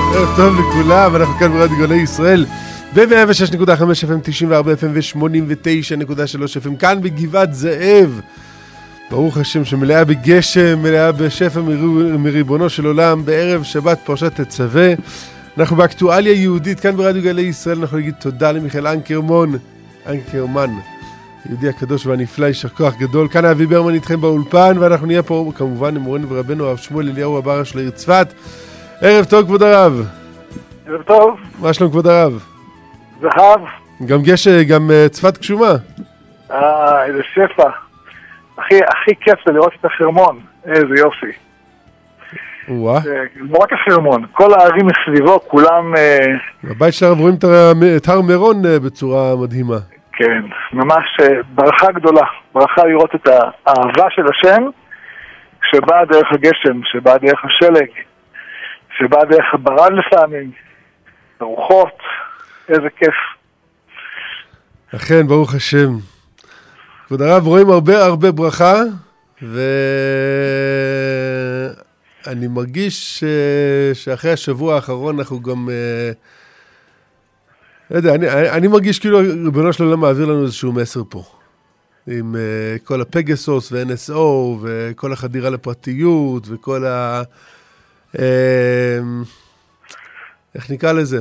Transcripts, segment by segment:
ערב טוב לכולם, אנחנו כאן ברדיו גלי ישראל ב-106.5 FM, 94 FM ו-89.3 FM, כאן בגבעת זאב. ברוך השם שמלאה בגשם, מלאה בשפע מריבונו של עולם, בערב שבת פרשת תצווה. אנחנו באקטואליה יהודית, כאן ברדיו גלי ישראל. אנחנו נגיד תודה למיכאל אנקרמן, יהודי הקדוש והנפלא, יישר כוח גדול. כאן אבי ברמן איתכם באולפן, ואנחנו נהיה פה כמובן עם מורנו ורבנו הרב שמואל אליהו הבר של העיר צפת. ערב טוב כבוד הרב. ערב טוב. מה שלום כבוד הרב? זהב. גם צפת גשומה. איזה שפע. הכי כיף זה לראות את החרמון. איזה יופי. וואה. לא רק החרמון, כל הערים מסביבו, כולם... בבית של הרב רואים את הר מירון בצורה מדהימה. כן, ממש ברכה גדולה. ברכה לראות את האהבה של השם, שבאה דרך הגשם, שבאה דרך השלג, שבאה דרך הברד לפעמים, הרוחות, איזה כיף. אכן, ברוך השם. כבוד הרב, רואים הרבה ברכה, ואני מרגיש שאחרי השבוע האחרון אנחנו גם... לא יודע, אני מרגיש כאילו ריבונו של עולם מעביר לנו איזשהו מסר פה. עם כל הפגסוס ו-NSO וכל החדירה לפרטיות וכל ה... איך נקרא לזה?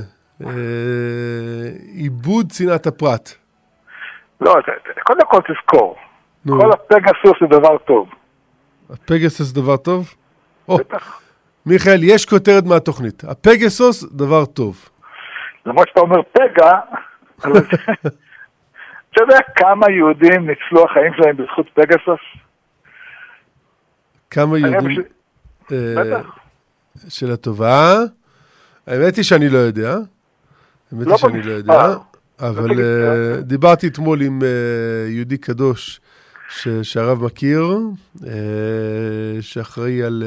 עיבוד צנעת הפרט. לא, קודם כל תזכור. כל הפגסוס זה דבר טוב. הפגסוס זה דבר טוב? בטח. מיכאל, יש כותרת מהתוכנית. הפגסוס דבר טוב. למרות שאתה אומר פגע, אתה יודע כמה יהודים ניצלו החיים שלהם בזכות פגסוס? כמה יהודים של הטובה? האמת היא שאני לא יודע. אבל דיברתי אתמול עם יהודי קדוש שהרב מכיר, שאחראי על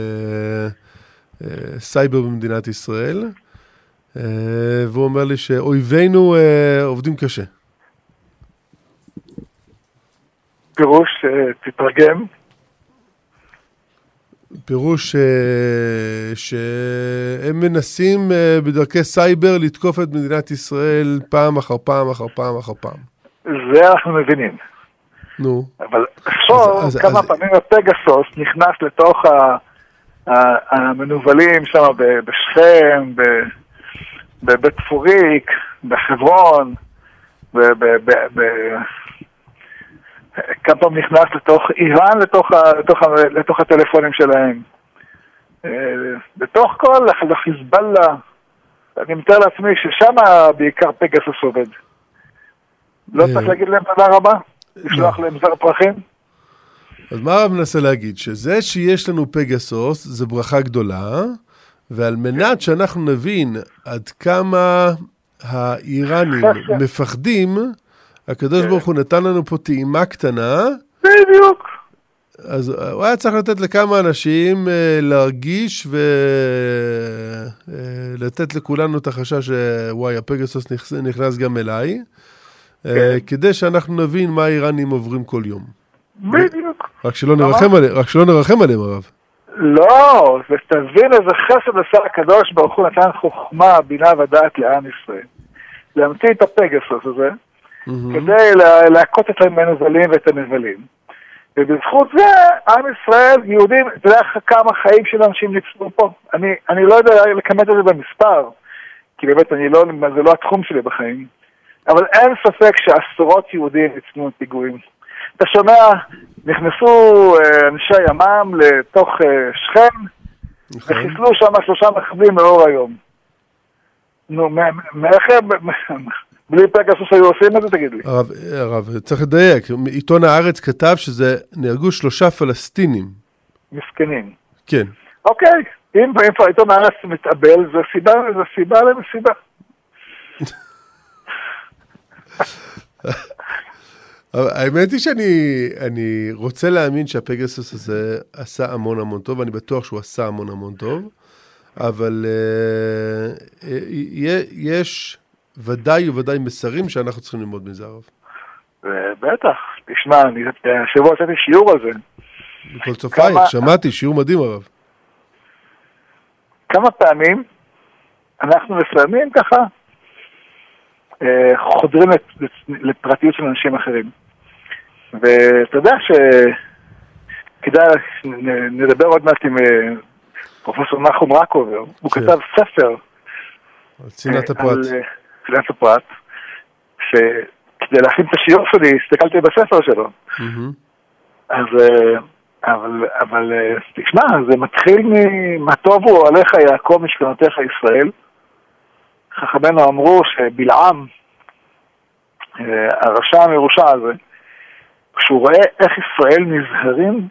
סייבר במדינת ישראל, והוא אומר לי שאויבינו עובדים קשה. פירוש, תתרגם. פירוש שהם מנסים בדרכי סייבר לתקוף את מדינת ישראל פעם אחר פעם אחר פעם אחר פעם. זה אנחנו מבינים. נו. אבל כמה פעמים הפגסוס נכנס לתוך המנובלים שם בשכם, בבית פוריק, בחברון, כמה פעם נכנס לתוך איראן, לתוך הטלפונים שלהם. בתוך כל החיזבאללה, אני מתאר לעצמי ששם בעיקר פגסוס עובד. לא צריך להגיד להם תודה רבה? לשלוח להם זר פרחים? אז מה הרב מנסה להגיד? שזה שיש לנו פגסוס זה ברכה גדולה, ועל מנת שאנחנו נבין עד כמה האיראנים מפחדים, הקדוש ברוך הוא נתן לנו פה טעימה קטנה. בדיוק. אז הוא היה צריך לתת לכמה אנשים להרגיש ולתת לכולנו את החשש שוואי, הפגסוס נכנס גם אליי, כדי שאנחנו נבין מה האיראנים עוברים כל יום. בדיוק. רק שלא נרחם עליהם, הרב. לא, ותבין איזה חסד עשה הקדוש ברוך הוא נתן חוכמה, בינה ודעת לעם ישראל. להמציא את הפגסוס הזה, כדי להכות את המנוזלים ואת הנבלים. ובזכות זה, עם ישראל, יהודים, אתה יודע כמה חיים של אנשים ניצלו פה? אני לא יודע לכמת את זה במספר, כי באמת זה לא התחום שלי בחיים, אבל אין ספק שעשרות יהודים ניצלו את פיגועים. אתה שומע, נכנסו אנשי ימ"מ לתוך שכם, וחיסלו שם 3 מחבלים מאור היום. נו, בלי פגסוס היו עושים את זה, תגיד לי. הרב, צריך לדייק. עיתון הארץ כתב שזה נהרגו 3 פלסטינים. מסכנים. כן. אוקיי, אם עיתון הארץ מתאבל, זה סיבה למסיבה. האמת היא שאני רוצה להאמין שהפגסוס הזה עשה המון טוב, ואני בטוח שהוא עשה המון טוב, אבל יש ודאי מסרים שאנחנו צריכים ללמוד מזה, הרב. בטח, תשמע, השבוע עשיתי שיעור על זה. בכל צופי, שמעתי, שיעור מדהים, הרב. כמה פעמים אנחנו לפעמים ככה חודרים לפרטיות של אנשים אחרים. ואתה יודע שכדאי, נדבר עוד מעט עם פרופסור נחום רקובר, הוא כתב ספר על צנעת הפרט. צנעת הפרט, שכדי להכין את השיעור שלי, הסתכלתי בספר שלו. אז, אבל תשמע, זה מתחיל מה טוב הוא עליך יעקב משכנותיך ישראל. חכמינו אמרו שבלעם, הרשע המרושע הזה, כשהוא רואה איך ישראל נזהרים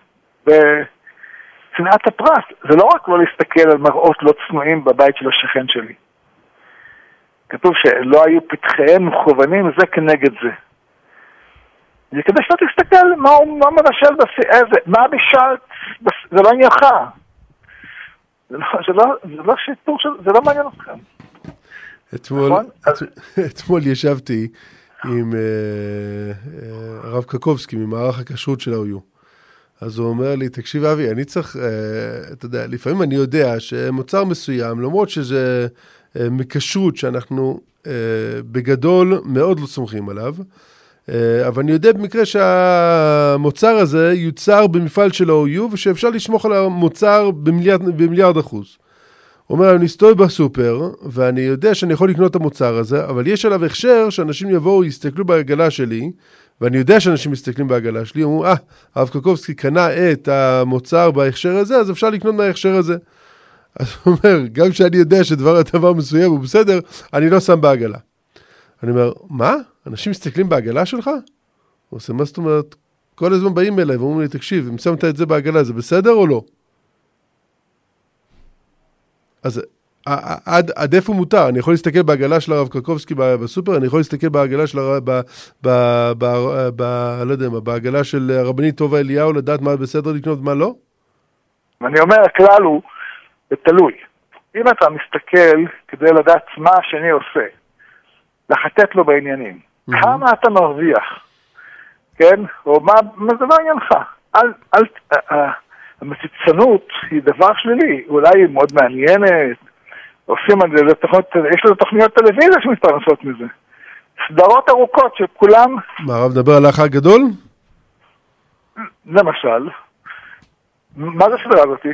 בצנעת הפרט, זה לא רק לא להסתכל על מראות לא צנועים בבית של השכן שלי. כתוב שלא היו פתחיהם מכוונים זה כנגד זה. זה כדי שאתה תסתכל מה מבשל בסיעה, מה בישלת, זה לא עניינך. זה לא שיתור, זה לא מעניין אתכם. אתמול ישבתי עם הרב קקובסקי ממערך הכשרות של ה-OU. אז הוא אומר לי, תקשיב אבי, אני צריך, אתה יודע, לפעמים אני יודע שמוצר מסוים, למרות שזה מכשרות שאנחנו בגדול מאוד לא סומכים עליו, אבל אני יודע במקרה שהמוצר הזה יוצר במפעל של ה-OU, ושאפשר לשמוך על המוצר במיליארד אחוז. הוא אומר, אני מסתובב בסופר, ואני יודע שאני יכול לקנות את המוצר הזה, אבל יש עליו הכשר שאנשים יבואו, יסתכלו בעגלה שלי, ואני יודע שאנשים מסתכלים בעגלה שלי, אומרים, הרב קקובסקי קנה את המוצר בהכשר הזה, אז אפשר לקנות מההכשר הזה. אז הוא אומר, גם כשאני יודע שדבר מסוים הוא בסדר, אני לא שם בעגלה. אני אומר, מה? אנשים מסתכלים בעגלה שלך? הוא עושה, מה זאת אומרת? כל הזמן באים אליי ואומרים לי, תקשיב, אם שמת את זה בעגלה, זה בסדר או לא? אז עד איפה מותר? אני יכול להסתכל בעגלה של הרב קקובסקי בסופר, אני יכול להסתכל בעגלה של לא יודע מה, בעגלה של הרבנית טובה אליהו, לדעת מה בסדר לקנות ומה לא? ואני אומר, הכלל הוא, תלוי. אם אתה מסתכל כדי לדעת מה השני עושה, לחטט לו בעניינים, כמה אתה מרוויח, כן? או מה זה לא עניינך? המציצנות היא דבר שלילי, אולי היא מאוד מעניינת, עושים על זה, יש לזה תוכניות טלוויזיה שמתפרנסות מזה. סדרות ארוכות שכולם... מה, הרב מדבר על האח הגדול? למשל. מה זה סדרה הזאתי?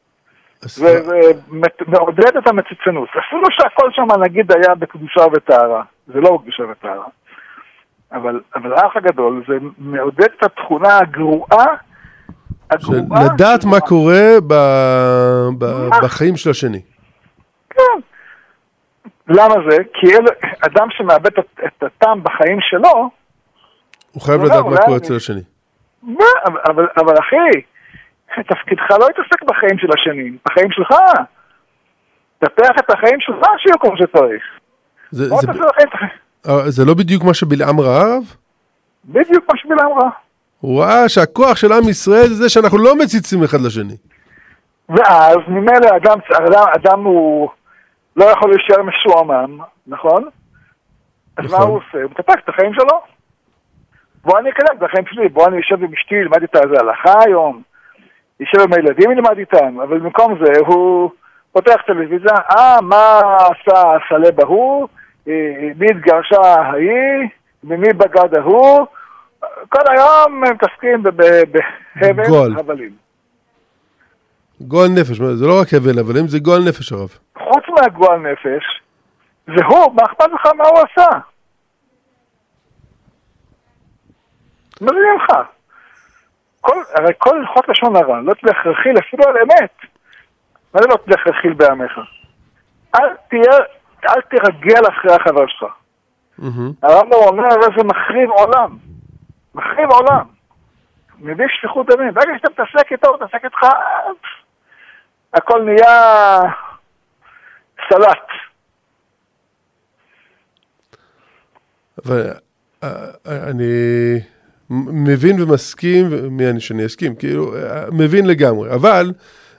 ומעודד את המציצנות. אפילו שהכל שם נגיד היה בקדושה וטהרה. זה לא בקדושה וטהרה. אבל האח הגדול זה מעודד את התכונה הגרועה, לדעת מה קורה בחיים של השני. כן. למה זה? כי אדם שמאבד את הטעם בחיים שלו, הוא חייב לדעת מה קורה אצל השני. אבל אחי, תפקידך לא יתעסק בחיים של השני, בחיים שלך. תפתח את החיים שלך שיהיו כמו שצריך. זה לא בדיוק מה שבלעם ראה, הרב? בדיוק מה שבלעם ראה. הוא ראה שהכוח של עם ישראל זה זה שאנחנו לא מציצים אחד לשני. ואז ממילא אדם הוא לא יכול להישאר משועמם, נכון? אז מה הוא עושה? הוא מטפק את החיים שלו. בוא אני אקדם את החיים שלי, בוא אני יושב עם אשתי, למד איתה איזה הלכה היום, יושב עם הילדים, ילמד איתם, אבל במקום זה הוא פותח טלוויזיה, מה עשה הסלה בהוא, מי התגרשה ההיא, ממי בגד ההוא, כל היום הם מתעסקים בהבל הבלים. גועל נפש, זה לא רק הבל הבלים, זה גועל נפש הרב. חוץ מהגועל נפש, זה הוא, מה אכפת לך מה הוא עשה? מה זה לך? הרי כל הלכות לשון הרע, לא תלך רכיל אפילו על אמת. מה זה לא תלך רכיל בעמך? אל תרגל אחרי החבר שלך. הרמב"ם אומר, זה מחריב עולם. מחריב עולם. מביא שפיכות דמים. ברגע שאתה מתעסק איתו, מתעסק איתך, הכל נהיה סלט. אבל אני מבין ומסכים, שאני אסכים, כאילו, מבין לגמרי. אבל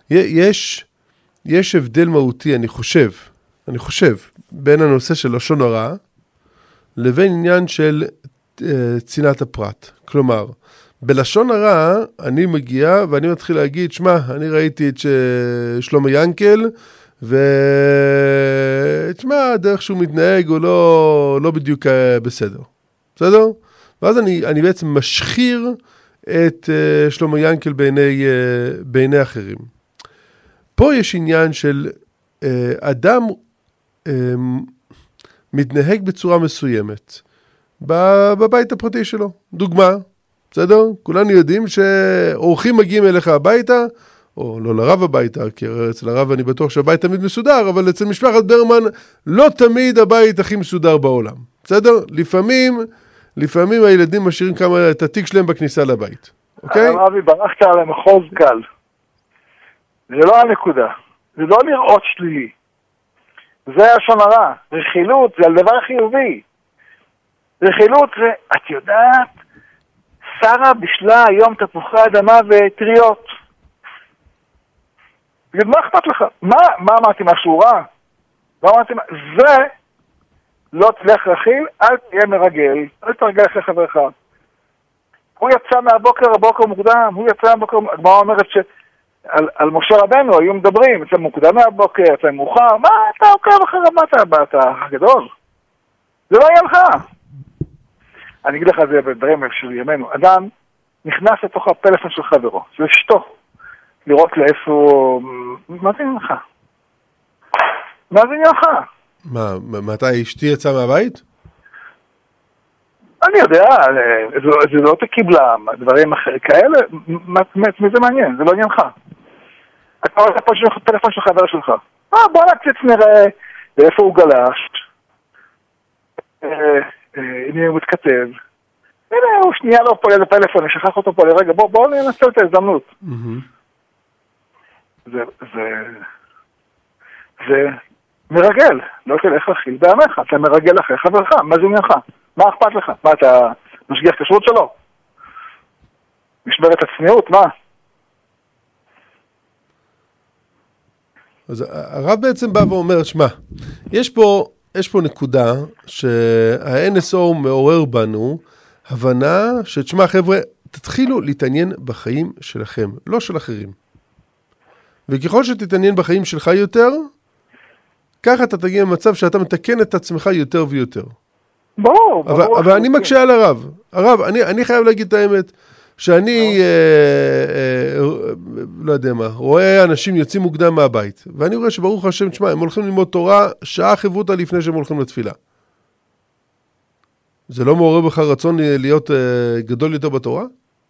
יש הבדל מהותי, אני חושב, בין הנושא של לשון הרע, לבין עניין של צנעת הפרט. כלומר, בלשון הרע, אני מגיע ואני מתחיל להגיד, שמע, אני ראיתי את שלמה ינקל, ותשמע, הדרך שהוא מתנהג הוא לא בדיוק בסדר. בסדר? ואז אני בעצם משחיר את שלמה ינקל בעיני אחרים. פה יש עניין של אדם מתנהג בצורה מסוימת בבית הפרטי שלו. דוגמה, בסדר? כולנו יודעים שאורחים מגיעים אליך הביתה, או לא לרב הביתה, כי אצל הרב אני בטוח שהבית תמיד מסודר, אבל אצל משפחת ברמן לא תמיד הבית הכי מסודר בעולם. בסדר? לפעמים הילדים משאירים את התיק שלהם בכניסה לבית. אוקיי? הרבי, ברחת על המחוז קל. זה לא הנקודה. זה לא לראות שלילי. זה השון הרע. רכילות זה על דבר חיובי. רכילות זה, את יודעת, שרה בשלה היום תפוחי אדמה וטריות. מה אכפת לך? מה אמרתי משהו רע? זה לא תלך רכיל, אל תהיה מרגל, אל תרגל אחרי חברך. הוא יצא הבוקר מוקדם, הגמרא אומרת שעל משה רבנו היו מדברים, יצא מוקדם מהבוקר, יצא מאוחר, מה אתה עוקב אחרי מה אתה גדול? זה לא יהיה לך. אני אגיד לך את זה בדברים של ימינו. אדם נכנס לתוך הפלאפון של חברו, של אשתו, לראות לאיפה... מה זה עניינך? מתי אשתי יצאה מהבית? אני יודע, זה לא תקיבלה, דברים כאלה, מי זה מעניין, זה לא עניינך. אתה רואה פה טלפון של חבר שלך. בוא נקציץ נראה לאיפה הוא גלש, הנה הוא מתכתב, הנה הוא שנייה לא פועל לפלאפון, נשכח אותו פה לרגע, בוא ננסה את ההזדמנות. זה מרגל, לא תלך רכיל בעמך, אתה מרגל אחרי חברך, מה זה עניינך? מה אכפת לך? מה, אתה משגיח כשרות שלו? משמרת הצניעות, מה? אז הרב בעצם בא ואומר, שמה, יש פה נקודה שה-NSO מעורר בנו הבנה שתשמע חבר'ה, תתחילו להתעניין בחיים שלכם, לא של אחרים. וככל שתתעניין בחיים שלך יותר, ככה אתה תגיע למצב שאתה מתקן את עצמך יותר ויותר. ברור. אבל אני מקשה על הרב. הרב, אני חייב להגיד את האמת, שאני, לא יודע מה, רואה אנשים יוצאים מוקדם מהבית, ואני רואה שברוך השם, תשמע, הם הולכים ללמוד תורה שעה חברותה לפני שהם הולכים לתפילה. זה לא מעורר בך רצון להיות גדול יותר בתורה?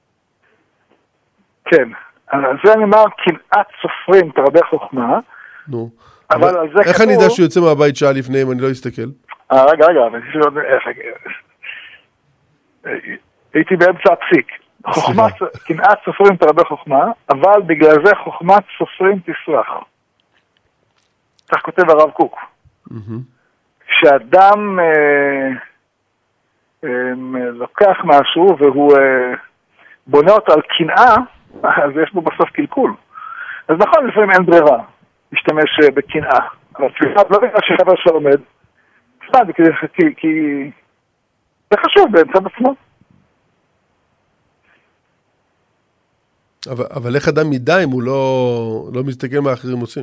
כן. זה אני אומר, כמעט סופרים תרבה חוכמה. נו. אבל על זה איך אני יודע שהוא יוצא מהבית שעה לפני אם אני לא אסתכל? רגע, הייתי באמצע הפסיק. כמעט סופרים תרבה חוכמה, אבל בגלל זה חוכמת סופרים תסרח. כך כותב הרב קוק. כשאדם לוקח משהו והוא בונה אותו על קנאה, אז יש בו בסוף קלקול. אז נכון, לפעמים אין ברירה להשתמש בקנאה. אבל תפיסה לא בגלל שחבר שלו עומד, כי זה חשוב באמצע עצמו. אבל איך אדם ידע אם הוא לא מסתכל מה אחרים עושים?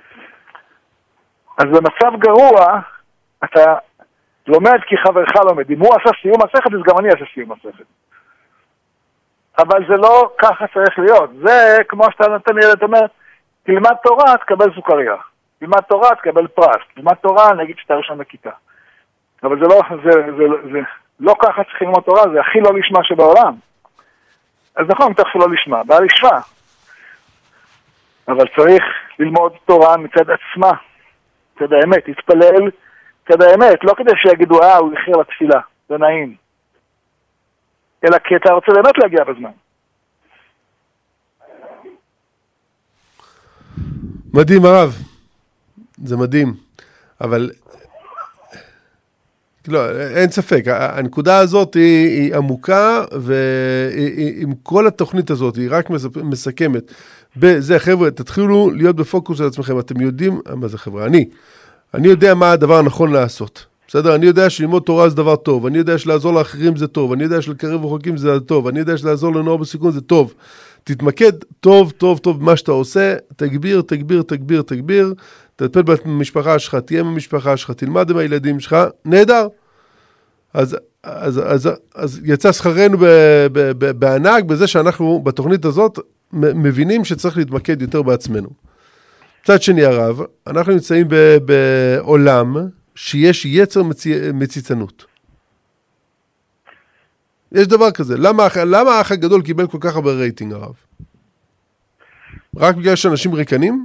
אז במצב גרוע, אתה לומד כי חברך לומד. אם הוא עשה סיום מסכת, אז גם אני אעשה סיום מסכת. אבל זה לא ככה צריך להיות. זה כמו שאתה נותן לי ילד, אומר, תלמד תורה, תקבל סוכריה. תלמד תורה, תקבל פרס. תלמד תורה, נגיד שאתה ראשון בכיתה. אבל זה לא ככה צריכים ללמוד תורה, זה הכי לא לשמה שבעולם. אז נכון, תכף לא לשמה, בא לשמה. אבל צריך ללמוד תורה מצד עצמה. מצד האמת, תתפלל מצד האמת, לא כדי שיגידו, הוא יחיר לתפילה, זה נעים. אלא כי אתה רוצה באמת להגיע בזמן. מדהים הרב, זה מדהים, אבל לא, אין ספק, הנקודה הזאת היא עמוקה, ועם כל התוכנית הזאת היא רק מסכמת, בזה חבר'ה, תתחילו להיות בפוקוס על עצמכם, אתם יודעים מה זה חבר'ה, אני יודע מה הדבר הנכון לעשות, בסדר? אני יודע שללמוד תורה זה דבר טוב, אני יודע שלעזור לאחרים זה טוב, אני יודע שלקרב רחוקים זה טוב, אני יודע שלעזור לנוער בסיכון זה טוב. תתמקד טוב, טוב, טוב במה שאתה עושה, תגביר, תגביר, תגביר, תגביר, תטפל במשפחה שלך, תהיה במשפחה שלך, תלמד עם הילדים שלך, נהדר. אז יצא שכרנו בענק בזה שאנחנו בתוכנית הזאת מבינים שצריך להתמקד יותר בעצמנו. מצד שני הרב, אנחנו נמצאים בעולם שיש יצר מציצנות. יש דבר כזה. למה האח הגדול קיבל כל כך הרבה רייטינג הרב? רק בגלל שאנשים ריקנים?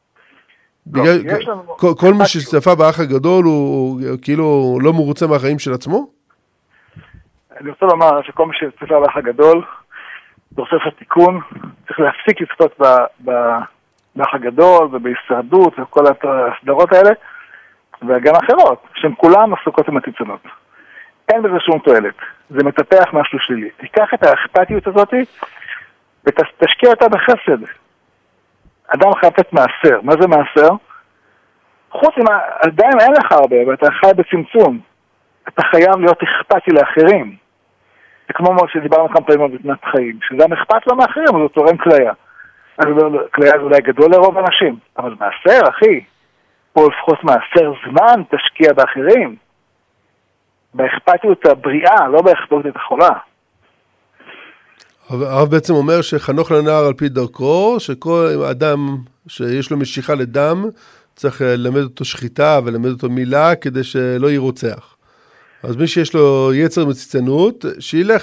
כל מי שצפה באח הגדול הוא כאילו לא מרוצה מהחיים של עצמו? אני רוצה לומר שכל מי שצפה באח הגדול דורש התיקון, צריך להפסיק לצפות באח הגדול ובהישרדות וכל הסדרות האלה וגם אחרות, שהן כולן עסוקות עם הציצונות. אין בזה שום תועלת, זה מטפח משהו שלילי. תיקח את האכפתיות הזאת ותשקיע אותה בחסד. אדם חייב לתת מעשר. מה זה מעשר? חוץ עדיין אין לך הרבה, ואתה חי בצמצום. אתה חייב להיות אכפתי לאחרים. זה כמו שדיברנו כמה פעמים על מתנת חיים. כשאדם אכפת לו מאחרים, אז הוא תורם כליה. אז כליה זה אולי גדול לרוב אנשים. אבל מעשר, אחי. פה לפחות מעשר זמן תשקיע באחרים. באכפתיות הבריאה, לא באכפתיות החולה. הרב בעצם אומר שחנוך לנער על פי דרכו, שכל אדם שיש לו משיכה לדם, צריך ללמד אותו שחיטה וללמד אותו מילה כדי שלא ירוצח. אז מי שיש לו יצר מציצנות, שילך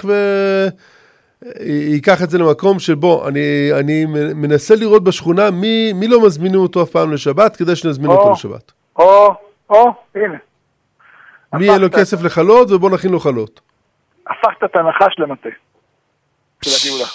ייקח את זה למקום שבו אני מנסה לראות בשכונה מי לא מזמינים אותו אף פעם לשבת, כדי שנזמין אותו לשבת. הנה. מי יהיה לו כסף לחלות, ובוא נכין לו חלות. הפכת את הנחש למטה. של הגאולה.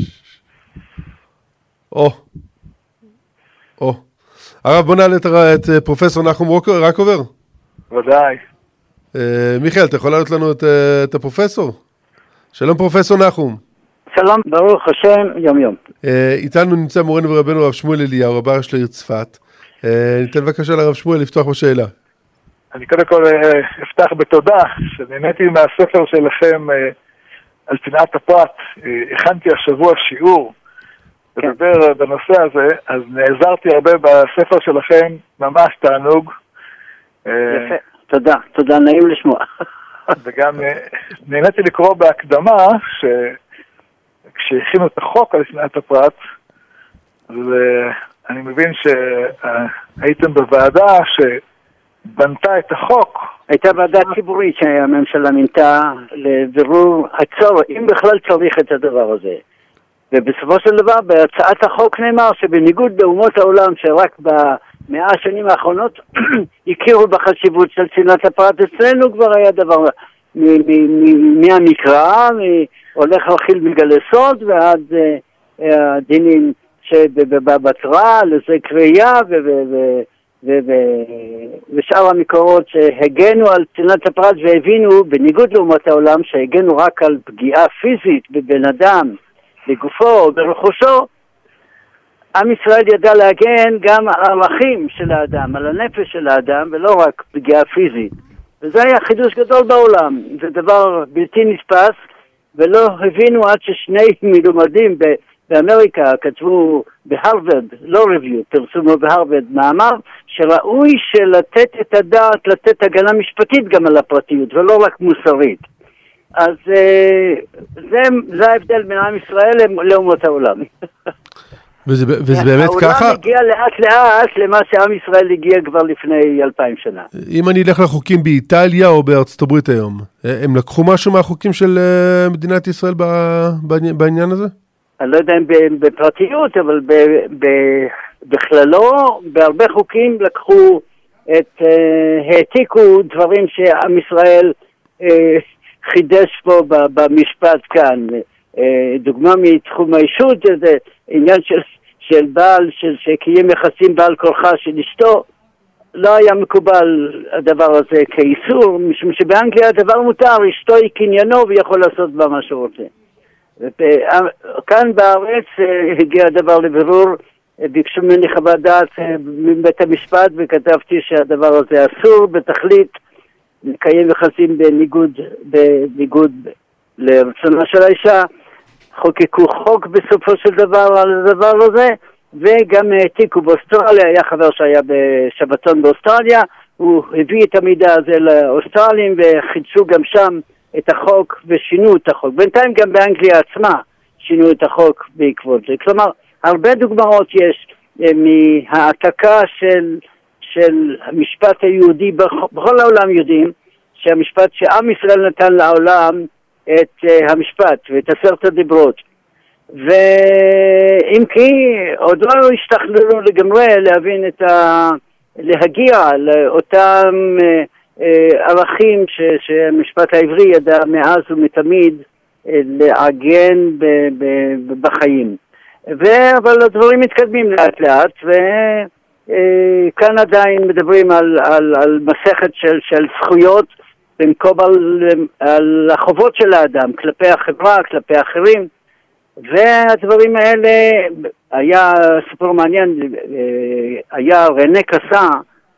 הרב, בוא נעלה את פרופסור נחום רקובר. ודאי. מיכאל, אתה יכול להעלות לנו את הפרופסור? שלום פרופסור נחום. שלום, ברוך השם, יום יום. איתנו נמצא מורנו ורבנו הרב שמואל אליהו, רבה ראש לעיר צפת. ניתן בבקשה לרב שמואל לפתוח בשאלה. אני קודם כל אפתח בתודה, שנהניתי מהספר שלכם על צנעת הפרט. הכנתי השבוע שיעור לדבר בנושא הזה, אז נעזרתי הרבה בספר שלכם, ממש תענוג. יפה, תודה, נעים לשמוע. וגם נהניתי לקרוא בהקדמה, כשהכינו את החוק על צנעת הפרט, אז אני מבין שהייתם בוועדה בנתה את החוק. הייתה ועדה ציבורית שהממשלה מינתה לבירור הצורך, אם בכלל צריך את הדבר הזה. ובסופו של דבר, בהצעת החוק נאמר שבניגוד לאומות העולם שרק במאה השנים האחרונות הכירו בחשיבות של צנעת הפרט, אצלנו כבר היה דבר מהמקרא, הולך רכיל מגלה סוד ועד הדינים שבתורה, לזה קריאה ושאר המקורות שהגנו על צנעת הפרט והבינו, בניגוד לאומות העולם שהגנו רק על פגיעה פיזית בבן אדם, בגופו או ברכושו, עם ישראל ידע להגן גם על הערכים של האדם, על הנפש של האדם, ולא רק פגיעה פיזית. וזה היה חידוש גדול בעולם. זה דבר בלתי נתפס, ולא הבינו עד ששני מלומדים באמריקה כתבו בהרווארד, לא ריוויו, פרסמו בהרווארד מאמר, שראוי שלתת את הדעת, לתת הגנה משפטית גם על הפרטיות, ולא רק מוסרית. אז זה ההבדל בין עם ישראל לאומות העולם. וזה באמת ככה? העולם הגיע לאט לאט למה שעם ישראל הגיע כבר לפני 2000 שנה. אם אני אלך לחוקים באיטליה או בארצות הברית היום, הם לקחו משהו מהחוקים של מדינת ישראל בעניין הזה? אני לא יודע אם בפרטיות, אבל בכללו, בהרבה חוקים לקחו העתיקו דברים שעם ישראל חידש פה במשפט כאן. דוגמה מתחום האישות, זה עניין של בעל, שקיים יחסים בעל כורחה של אשתו, לא היה מקובל הדבר הזה כאיסור, משום שבאנגליה הדבר מותר, אשתו היא קניינו ויכול לעשות בה מה שהוא רוצה. כאן בארץ הגיע הדבר לבירור, ביקשו ממני חוות דעת מבית המשפט וכתבתי שהדבר הזה אסור בתכלית, לקיים יחסים בניגוד לרצונה של האישה. חוקקו חוק בסופו של דבר על הדבר הזה, וגם העתיקו באוסטרליה, היה חבר שהיה בשבתון באוסטרליה, הוא הביא את המידע הזה לאוסטרלים וחידשו גם שם את החוק ושינו את החוק. בינתיים גם באנגליה עצמה שינו את החוק בעקבות זה. כלומר, הרבה דוגמאות יש מהעתקה של המשפט היהודי. בכל העולם יודעים שהמשפט שעם ישראל נתן לעולם את המשפט ואת 10 הדיברות. ואם כי עוד לא השתכללו לגמרי להבין להגיע לאותם ערכים שהמשפט העברי ידע מאז ומתמיד לעגן בחיים. אבל הדברים מתקדמים לאט לאט, וכאן עדיין מדברים על מסכת של זכויות במקום על החובות של האדם כלפי החברה, כלפי האחרים. והדברים האלה, היה סיפור מעניין, היה רנה קסה,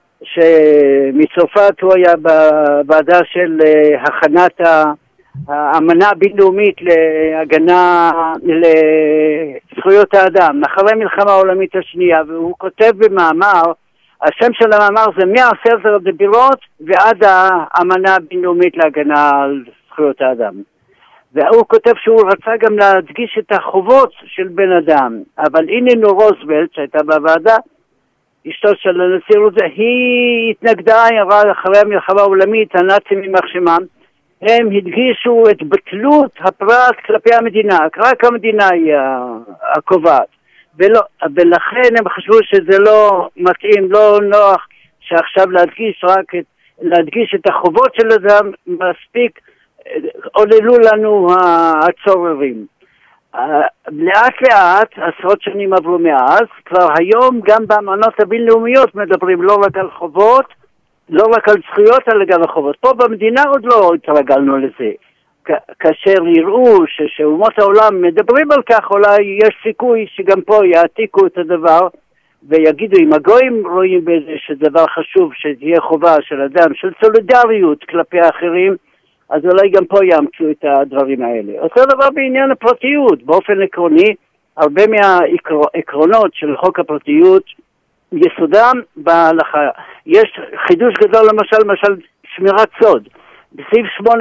שמצרפת הוא היה בוועדה של הכנת האמנה הבינלאומית להגנה לזכויות האדם, אחרי מלחמה העולמית השנייה, והוא כותב במאמר, השם של המאמר זה 110 הדיברות ועד האמנה הבינלאומית להגנה על זכויות האדם. והוא כותב שהוא רצה גם להדגיש את החובות של בן אדם. אבל הנה רוזוולט, שהייתה בוועדה, אשתו של הנשיא רוזוולט, היא התנגדה אחרי המלחמה העולמית, הנאצים יימח שמם, הם הדגישו את בטלות הפרט כלפי המדינה, רק המדינה היא הקובעת. ולכן הם חשבו שזה לא מתאים, לא נוח שעכשיו להדגיש את החובות של אדם, מספיק עוללו לנו הצוררים. לאט לאט, עשרות שנים עברו מאז, כבר היום גם באמנות הבינלאומיות מדברים לא רק על חובות, לא רק על זכויות, אלא גם על חובות. פה במדינה עוד לא התרגלנו לזה. כאשר יראו שאומות העולם מדברים על כך, אולי יש סיכוי שגם פה יעתיקו את הדבר, ויגידו, אם הגויים רואים בזה שדבר חשוב, שתהיה חובה של אדם, של סולידריות כלפי האחרים, אז אולי גם פה יאמצו את הדברים האלה. אותו דבר בעניין הפרטיות. באופן עקרוני, הרבה מהעקרונות של חוק הפרטיות יסודם בהלכה. יש חידוש גדול למשל שמירת סוד. בסעיף 8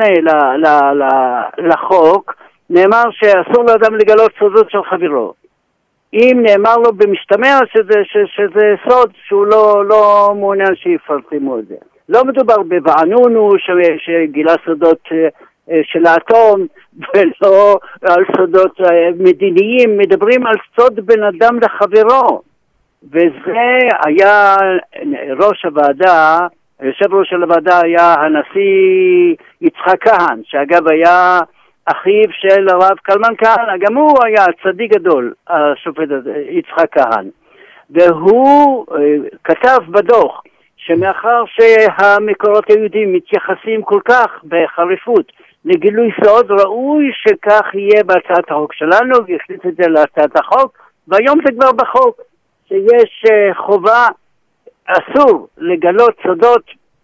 לחוק נאמר שאסור לאדם לגלות סודות של חברו. אם נאמר לו במשתמע שזה סוד שהוא לא מעוניין שיפרסמו את זה. לא מדובר בבענונו שגילה סודות של האטום ולא על סודות מדיניים, מדברים על סוד בן אדם לחברו. וזה היה ראש הוועדה, יושב ראש של הוועדה היה הנשיא יצחק כהן, שאגב היה אחיו של הרב קלמן כהן, גם הוא היה צדיק גדול, השופט יצחק כהן. והוא כתב בדוח שמאחר שהמקורות היהודים מתייחסים כל כך בחריפות לגילוי סוד, ראוי שכך יהיה בהצעת החוק שלנו, והכניס את זה להצעת החוק, והיום זה כבר בחוק, שיש חובה, אסור לגלות סודות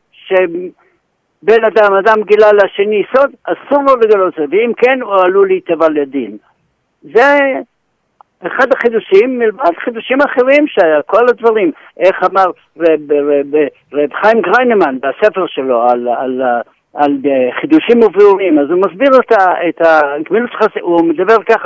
שבן אדם גילה לשני סוד, אסור לו לגלות סוד, ואם כן הוא עלול להיתבע לדין. זה אחד החידושים, מלבד חידושים אחרים שהיה, כל הדברים, איך אמר רב חיים גריינמן בספר שלו על חידושים וביאורים, אז הוא מסביר את הגמילות חסד, הוא מדבר ככה,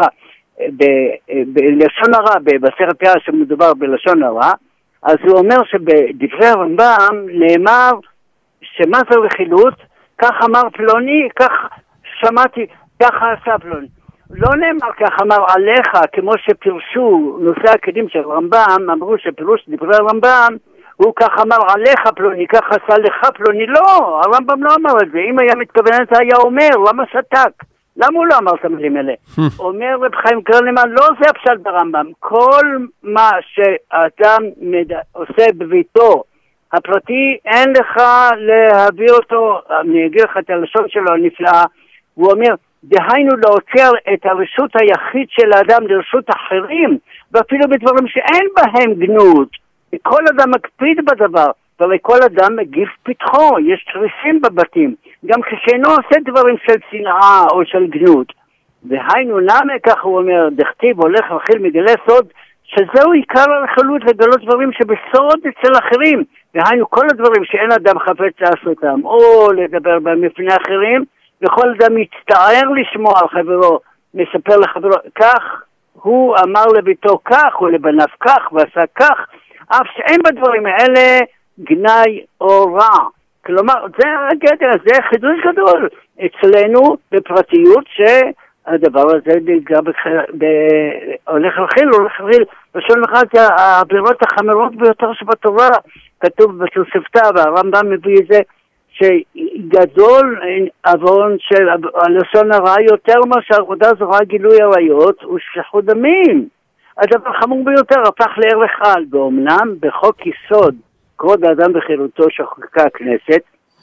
בלשון הרע, בסרט פיה שמדובר בלשון הרע, אז הוא אומר שבדברי הרמב"ם נאמר שמה זה רכילות, כך אמר פלוני, כך שמעתי, ככה עשה פלוני. לא נאמר כך אמר עליך, כמו שפרשו נושא הקדים של רמב"ם, אמרו שפירוש דברי הרמב"ם, הוא כך אמר עליך פלוני, כך עשה לך פלוני. לא, הרמב"ם לא אמר את זה. אם היה מתכוון את זה היה אומר, למה שתק? למה הוא לא אמר את המילים האלה? אומר רב חיים גריינמן, לא זה הפשט ברמב"ם. כל מה שאדם עושה בביתו הפרטי, אין לך להביא אותו, אני אגיד לך את הלשון שלו הנפלאה, הוא אומר, דהיינו להוציא את הרשות היחיד של האדם לרשות אחרים, ואפילו בדברים שאין בהם גנות. כל אדם מקפיד בדבר, ולכל אדם מגיב פתחו, יש תריסים בבתים, גם כשאינו עושה דברים של שנאה או של גנות. והיינו נמי, כך הוא אומר, דכתיב הולך רכיל מגלה סוד, שזהו עיקר הרכילות לגלות דברים שבסוד אצל אחרים. והיינו כל הדברים שאין אדם חפץ לעשותם, או לדבר בהם מפני אחרים, וכל אדם מצטער לשמוע על חברו, מספר לחברו, כך הוא אמר לביתו כך, ולבניו כך, ועשה כך, אף שאין בדברים האלה גנאי או רע. כלומר, זה הגדר, זה חידוש גדול אצלנו בפרטיות, שהדבר הזה הולך רכיל, לשון אחד זה העבירות החמורות ביותר שבתורה, כתוב בתוספתא, והרמב"ם מביא את זה, שגדול עוון של הלשון הרע יותר מאשר עבודה זרה, גילוי עריות ושפיכות דמים. הדבר חמור ביותר הפך לערך על, באומנם בחוק יסוד כבוד האדם וחירותו שחוקקה הכנסת,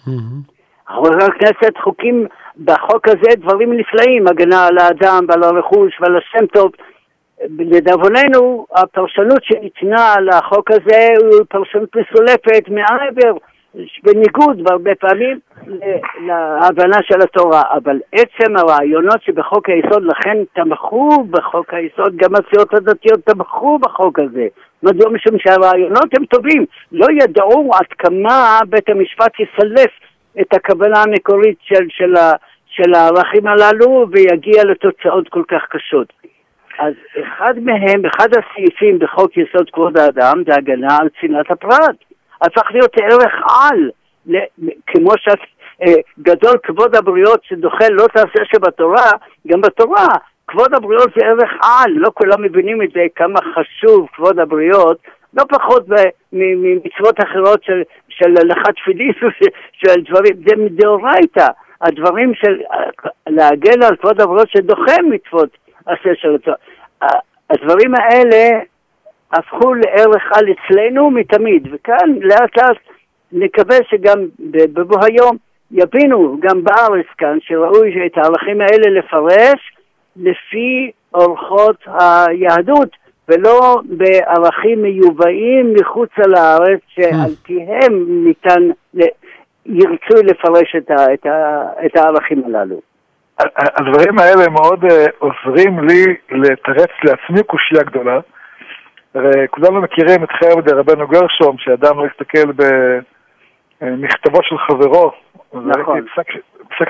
הכנסת חוקים בחוק הזה דברים נפלאים, הגנה על האדם ועל הרכוש ועל השם טוב. לדאבוננו הפרשנות שניתנה לחוק הזה הוא פרשנות מסולפת מעבר, בניגוד בהרבה פעמים להבנה של התורה, אבל עצם הרעיונות שבחוק היסוד, לכן תמכו בחוק היסוד, גם הסיעות הדתיות תמכו בחוק הזה. מדוע? משום שהרעיונות הם טובים, לא ידעו עד כמה בית המשפט יסלף את הכוונה המקורית של הערכים הללו ויגיע לתוצאות כל כך קשות. אז אחד הסעיפים בחוק יסוד כבוד האדם זה הגנה על צנעת הפרט. הפך להיות ערך על, כמו שגדול כבוד הבריות שדוחה לא תעשה שבתורה, גם בתורה כבוד הבריות זה ערך על, לא כולם מבינים את זה כמה חשוב כבוד הבריות, לא פחות ממצוות אחרות של הלכת תפילין, של דברים, זה מדאורייתא, הדברים של להגן על כבוד הבריות שדוחה מצוות עשה של התורה. הדברים האלה הפכו לערך על אצלנו מתמיד, וכאן לאט לאט נקווה שגם בבוא היום יבינו גם בארץ כאן שראוי את הערכים האלה לפרש לפי אורחות היהדות ולא בערכים מיובאים מחוץ לארץ שעל פיהם ניתן ירצו לפרש את הערכים הללו. הדברים האלה מאוד עוזרים לי לתרץ לעצמי קושיה גדולה. הרי כולנו מכירים את חייב דרבנו גרשום, שאדם לא יסתכל במכתבו של חברו. נכון. פסק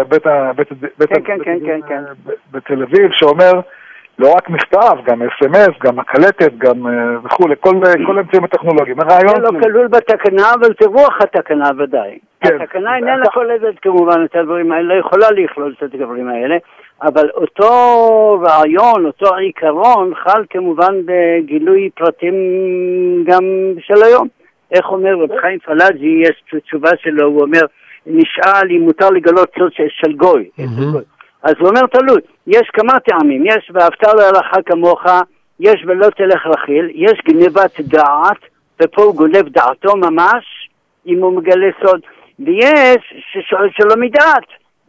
בתל אביב, שאומר לא רק מכתב, גם SMS, גם הקלטת, גם וכו', כל אמצעים הטכנולוגיים. זה לא כלול בתקנה, אבל זה רוח התקנה ודאי. התקנה איננה כוללת כמובן את הדברים האלה, לא יכולה לכלול את הדברים האלה, אבל אותו רעיון, אותו עיקרון, חל כמובן בגילוי פרטים גם של היום. איך אומר רב חיים פלאג'י, יש תשובה שלו, הוא אומר, נשאל אם מותר לגלות סוד של גוי. אז הוא אומר תלוי, יש כמה טעמים, יש ואהבת לרעך כמוך, יש ולא תלך רכיל, יש גנבת דעת, ופה הוא גונב דעתו ממש, אם הוא מגלה סוד, ויש ששואל שלא מדעת,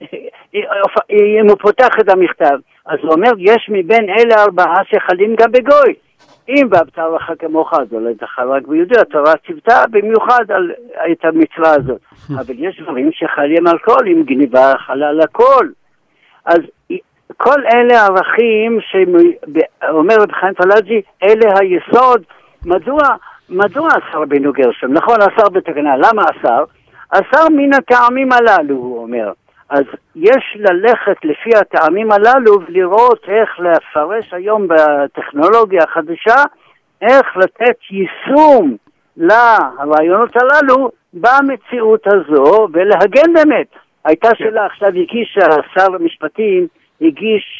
אם הוא פותח את המכתב. אז הוא אומר, יש מבין אלה ארבעה שחלים גם בגוי. אם ואהבת לרעך כמוך, אז לא תחל רק ביהודי, התורה ציוותה במיוחד את המצווה הזאת. אבל יש דברים שחלים על כל, אם גניבה חלה על הכל. אז כל אלה ערכים שאומר רב חיים פלאג'י, אלה היסוד. מדוע אסר רבנו גרשום? נכון, אסר בתקנה. למה אסר? אסר מן הטעמים הללו, הוא אומר. אז יש ללכת לפי הטעמים הללו ולראות איך לפרש היום בטכנולוגיה החדשה, איך לתת יישום לרעיונות הללו במציאות הזו ולהגן באמת. הייתה שאלה, עכשיו הגיש שר המשפטים, הגיש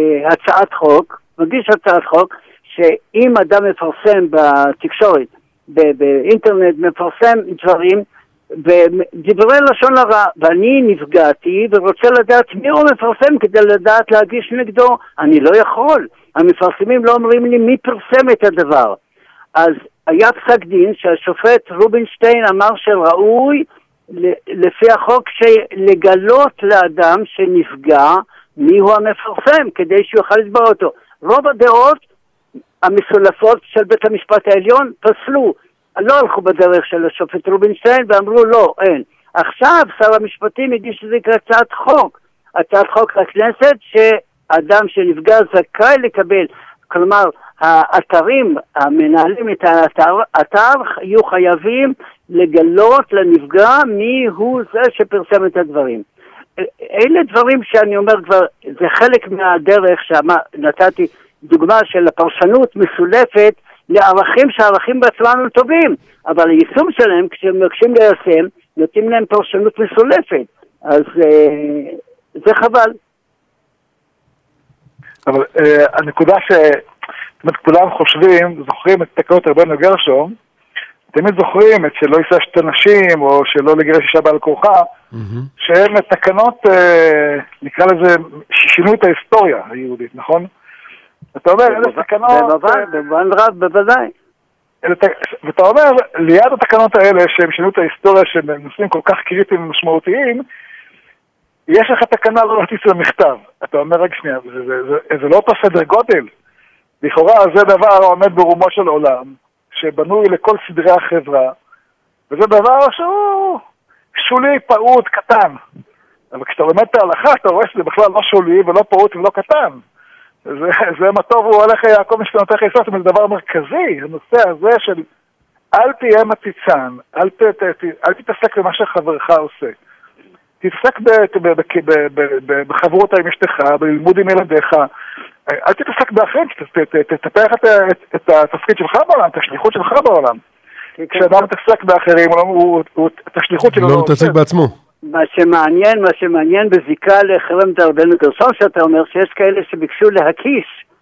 הצעת חוק, שאם אדם מפרסם בתקשורת, באינטרנט מפרסם דברים, ודברי לשון הרע, ואני נפגעתי ורוצה לדעת מי הוא מפרסם כדי לדעת להגיש נגדו, אני לא יכול. המפרסמים לא אומרים לי מי פרסם את הדבר. אז היה פסק דין שהשופט רובינשטיין אמר שראוי לפי החוק לגלות לאדם שנפגע מי הוא המפרסם כדי שיוכל לתבוע אותו. רוב הדעות המסולפות של בית המשפט העליון פסלו. לא הלכו בדרך של השופט רובינשטיין ואמרו לא, אין. עכשיו שר המשפטים הגיש את זה הצעת חוק לכנסת שאדם שנפגע זכאי לקבל, כלומר האתרים המנהלים את האתר יהיו חייבים לגלות לנפגע מי הוא זה שפרסם את הדברים. אלה דברים שאני אומר כבר, זה חלק מהדרך שנתתי דוגמה של הפרשנות מסולפת לערכים שהערכים בעצמם הם טובים, אבל היישום שלהם כשהם מבקשים ליישם נותנים להם פרשנות מסולפת, אז זה חבל. אבל הנקודה כולם חושבים, זוכרים את תקנות רבנו גרשום, תמיד זוכרים את שלא יישא שתי נשים, או שלא לגרש אישה בעל כורחה, שהן תקנות, נקרא לזה, ששינו את ההיסטוריה היהודית, נכון? אתה אומר, אלה תקנות... במובן רב, בוודאי. ואתה אומר, ליד התקנות האלה, שהן שינו את ההיסטוריה, שהם נושאים כל כך קריטיים ומשמעותיים, יש לך תקנה לא להטיס למכתב. אתה אומר, רגע שנייה, זה לא אותו סדר גודל. לכאורה זה דבר העומד ברומו של עולם, שבנוי לכל סדרי החברה, וזה דבר שהוא שולי, פעוט, קטן. אבל כשאתה לומד את ההלכה, אתה רואה שזה בכלל לא שולי ולא פעוט ולא קטן. זה מה טוב, הוא הולך יעקב משכנותיך ישראל, זאת אומרת, זה דבר מרכזי, הנושא הזה של אל תהיה מציצן, אל תתעסק במה שחברך עושה. תתעסק בחברות עם אשתך, בללמוד עם ילדיך, אל תתעסק באחרים, תטפח את התפקיד שלך בעולם, את השליחות שלך בעולם. כשאדם מתעסק באחרים, את השליחות שלו לא מתעסק בעצמו. מה שמעניין בזיקה לחרם דרבנו גרשום, שאתה אומר שיש כאלה שביקשו להקיש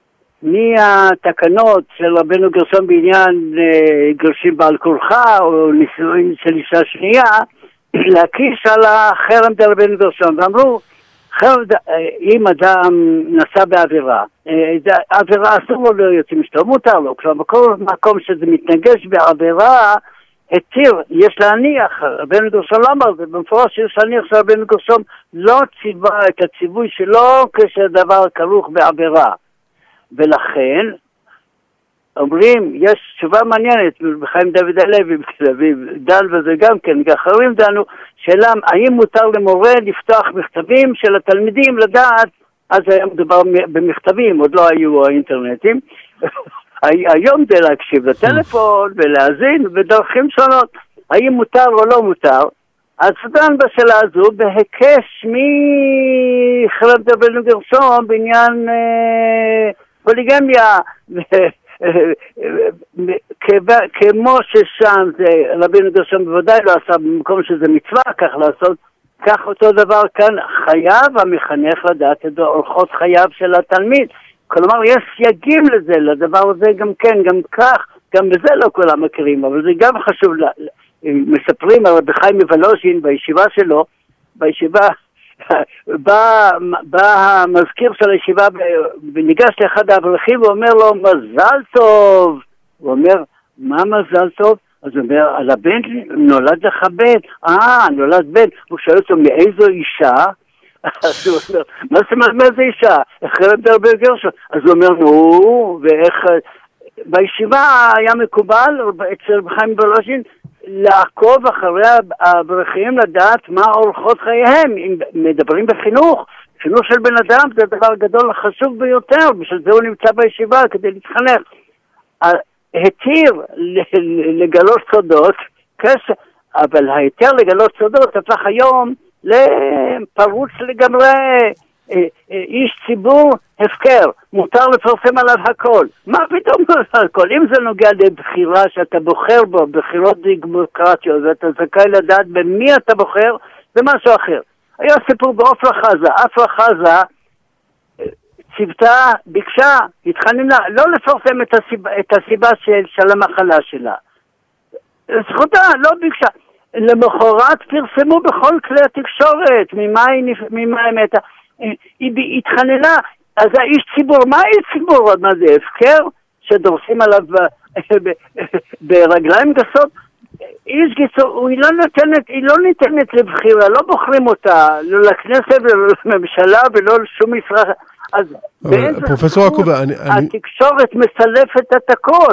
מהתקנות של רבנו גרשום בעניין גרשים בעל כורחה או נישואין של אישה שנייה, להקיש על החרם דרבנו גרשום, ואמרו, אם אדם נסע בעבירה, עבירה אסור לו לא יוצאים משתו, מותר לו, כלומר בכל מקום שזה מתנגש בעבירה, התיר, יש להניח, רבנו גרשום לא אמר, ובמפורש יש להניח שרבנו גרשום לא ציווה את הציווי שלו כשדבר כרוך בעבירה. ולכן, אומרים, יש תשובה מעניינת, בחיים דוד הלוי, דן וזה גם כן, אחרים דנו, שאלה, האם מותר למורה לפתוח מכתבים של התלמידים לדעת, אז היה מדובר במכתבים, עוד לא היו האינטרנטים, היום זה להקשיב לטלפון ולהזין בדרכים שונות, האם מותר או לא מותר, אז דן בשאלה הזו בהיקש מחרם דרבנו גרשום בעניין פוליגמיה, כמו ששם רבנו גרשום בוודאי לא עשה במקום שזה מצווה כך לעשות, כך אותו דבר כאן חייב המחנך לדעת את אורחות חייו של התלמיד. כלומר, יש סייגים לזה, לדבר הזה גם כן, גם כך, גם בזה לא כולם מכירים, אבל זה גם חשוב, מספרים על רבי חיים מוולוז'ין בישיבה שלו, בישיבה, בא המזכיר של הישיבה וניגש לאחד האברכים ואומר לו, מזל טוב. הוא אומר, מה מזל טוב? אז הוא אומר, על הבן נולד לך בן. נולד בן. הוא שואל אותו, מאיזו אישה? אז הוא אומר, מה זה אישה? חרם דרבנו גרשום. אז הוא אומר, נו, ואיך... בישיבה היה מקובל אצל רבי חיים מוולוז'ין לעקוב אחרי האברכים לדעת מה אורחות חייהם. אם מדברים בחינוך, חינוך של בן אדם זה דבר גדול וחשוב ביותר, בשביל זה הוא נמצא בישיבה כדי להתחנך. התיר לגלות סודות, אבל ההיתר לגלות סודות הפך היום לפרוץ לגמרי, איש ציבור הפקר, מותר לפרסם עליו הכל. מה פתאום הכל? אם זה נוגע לבחירה שאתה בוחר בו, בחירות דמוקרטיות, ואתה זכאי לדעת במי אתה בוחר, זה משהו אחר. היה סיפור בעופרה חזה, עפרה חזה צוותה, ביקשה, התחננה, לא לפרסם את הסיבה של המחלה שלה. זכותה, לא ביקשה. למחרת פרסמו בכל כלי התקשורת, ממה האמת. היא התחננה, אז האיש ציבור, מה האיש ציבור? מה זה, הפקר? שדורסים עליו ברגליים גסות? איש גיסו, היא לא ניתנת לבחירה, לא בוחרים אותה, לא לכנסת ולא לממשלה ולא לשום משרה. אז פרופסור עקובה, התקשורת מסלפת את הכל.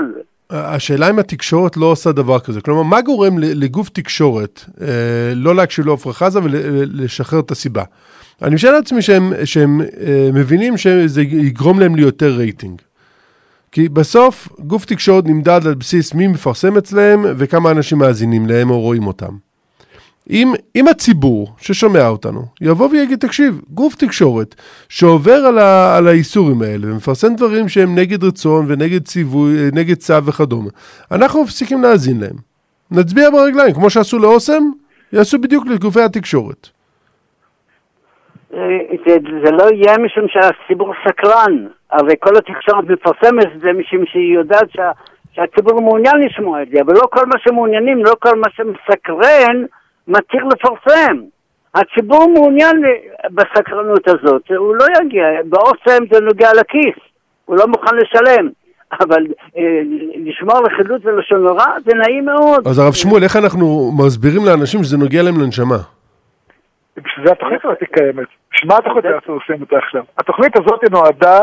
השאלה אם התקשורת לא עושה דבר כזה. כלומר, מה גורם לגוף תקשורת לא להקשיב לעופרה חזה ולשחרר את הסיבה? אני משאל לעצמי שהם מבינים שזה יגרום להם ליותר רייטינג. כי בסוף גוף תקשורת נמדד על בסיס מי מפרסם אצלהם וכמה אנשים מאזינים להם או רואים אותם. אם הציבור ששומע אותנו יבוא ויגיד, תקשיב, גוף תקשורת שעובר על האיסורים האלה ומפרסם דברים שהם נגד רצון ונגד ציווי, נגד צו וכדומה, אנחנו מפסיקים להאזין להם. נצביע ברגליים, כמו שעשו לאוסם, יעשו בדיוק לגופי התקשורת. זה לא יהיה משום שהציבור סקרן, אבל כל התקשורת מפרסמת את זה משום שהיא יודעת שהציבור מעוניין לשמוע את זה, אבל לא כל מה שמעוניינים, לא כל מה שמסקרן מתיר לפרסם. הציבור מעוניין בסקרנות הזאת, הוא לא יגיע, באוסם זה נוגע לכיס, הוא לא מוכן לשלם, אבל לשמור לחדלות ולשון הרע זה נעים מאוד. אז הרב שמואל, איך אנחנו מסבירים לאנשים שזה נוגע להם לנשמה? בשביל זה התוכנית הזאת קיימת. שמה התוכנית אנחנו עושים אותה עכשיו? התוכנית הזאת נועדה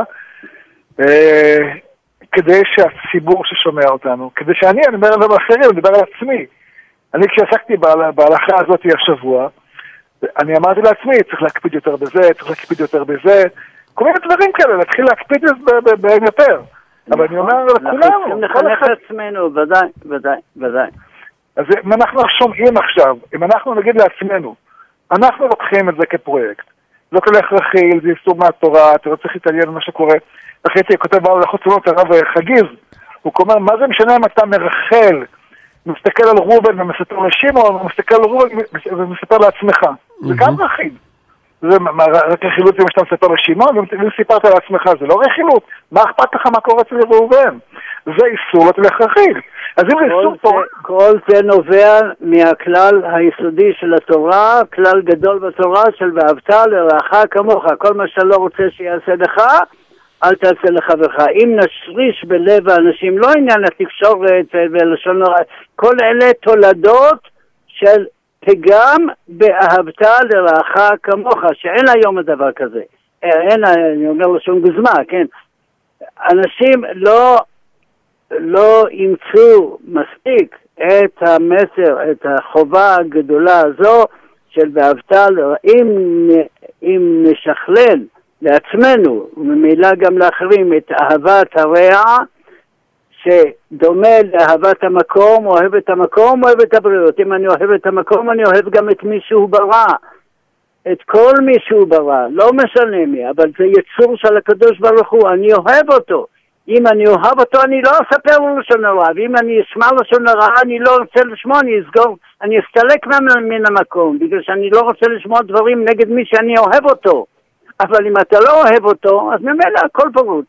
כדי שהציבור ששומע אותנו, כדי שאני מדבר על אחרים, אני מדבר על עצמי. אני כשעסקתי בהלכה הזאת השבוע, אני אמרתי לעצמי, צריך להקפיד יותר בזה, צריך להקפיד יותר בזה, כל מיני דברים כאלה, להתחיל להקפיד בהם יותר. אבל אני אומר לכולנו, אנחנו צריכים לחנך עצמנו, ודאי. אז אם אנחנו שומעים עכשיו, אם אנחנו נגיד לעצמנו, אנחנו לוקחים את זה כפרויקט, לא כל הכרחי, זה איסור מהתורה, אתה לא צריך להתעניין במה שקורה. אחרי זה כותב בחוץ צונות הרב חגיז, הוא אומר, מה זה משנה אם אתה מרחל, מסתכל על רובן ומספר לשמעון, ומסתכל על רובן ומספר לעצמך. זה גם רכיל. זה רק רכילות זה מה שאתה מספר לשמעון, ואם סיפרת לעצמך, זה לא רכילות. מה אכפת לך מה קורה אצל רובן? זה איסור, לא תלך רכיל. אז אם איסור תורה... כל זה נובע מהכלל היסודי של התורה, כלל גדול בתורה של ואהבת לרעך כמוך. כל מה שאתה לא רוצה שיעשה לך, אל תעשה לחברך. אם נשריש בלב האנשים, לא עניין התקשורת ולשון הרע, כל אלה תולדות של פגם באהבת לרעך כמוך, שאין היום הדבר כזה. אין, אני אומר לשון גוזמה, כן. אנשים לא ימצאו מספיק את המסר, את החובה הגדולה הזו של ואהבת לרעך. אם נשכלל לעצמנו, וממילא גם לאחרים, את אהבת הרע, שדומה לאהבת המקום, אוהב את המקום, אוהב את הבריאות. אם אני אוהב את המקום, אני אוהב גם את מי שהוא ברא. את כל מי שהוא ברא, לא משנה מי, אבל זה יצור של הקדוש ברוך הוא, אני אוהב אותו. אם אני אוהב אותו, אני לא אספר לו לשון הרע, ואם אני אשמע לשון הרע, אני לא רוצה לשמוע, אני אסתלק מן המקום, בגלל שאני לא רוצה לשמוע דברים נגד מי שאני אוהב אותו. אבל אם אתה לא אוהב אותו, אז ממילא הכל פרוץ.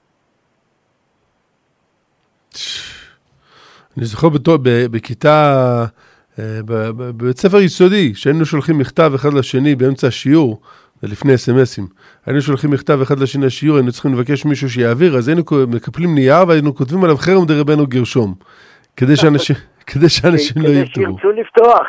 אני זוכר בכיתה, בבית ספר יסודי, שהיינו שולחים מכתב אחד לשני באמצע השיעור, לפני אס-אמסים, היינו שולחים מכתב אחד לשני השיעור, היינו צריכים לבקש מישהו שיעביר, אז היינו מקפלים נייר, והיינו כותבים עליו חרם דרבנו גרשום, כדי שאנשים לא יפתרו. כדי שירצו לפתוח.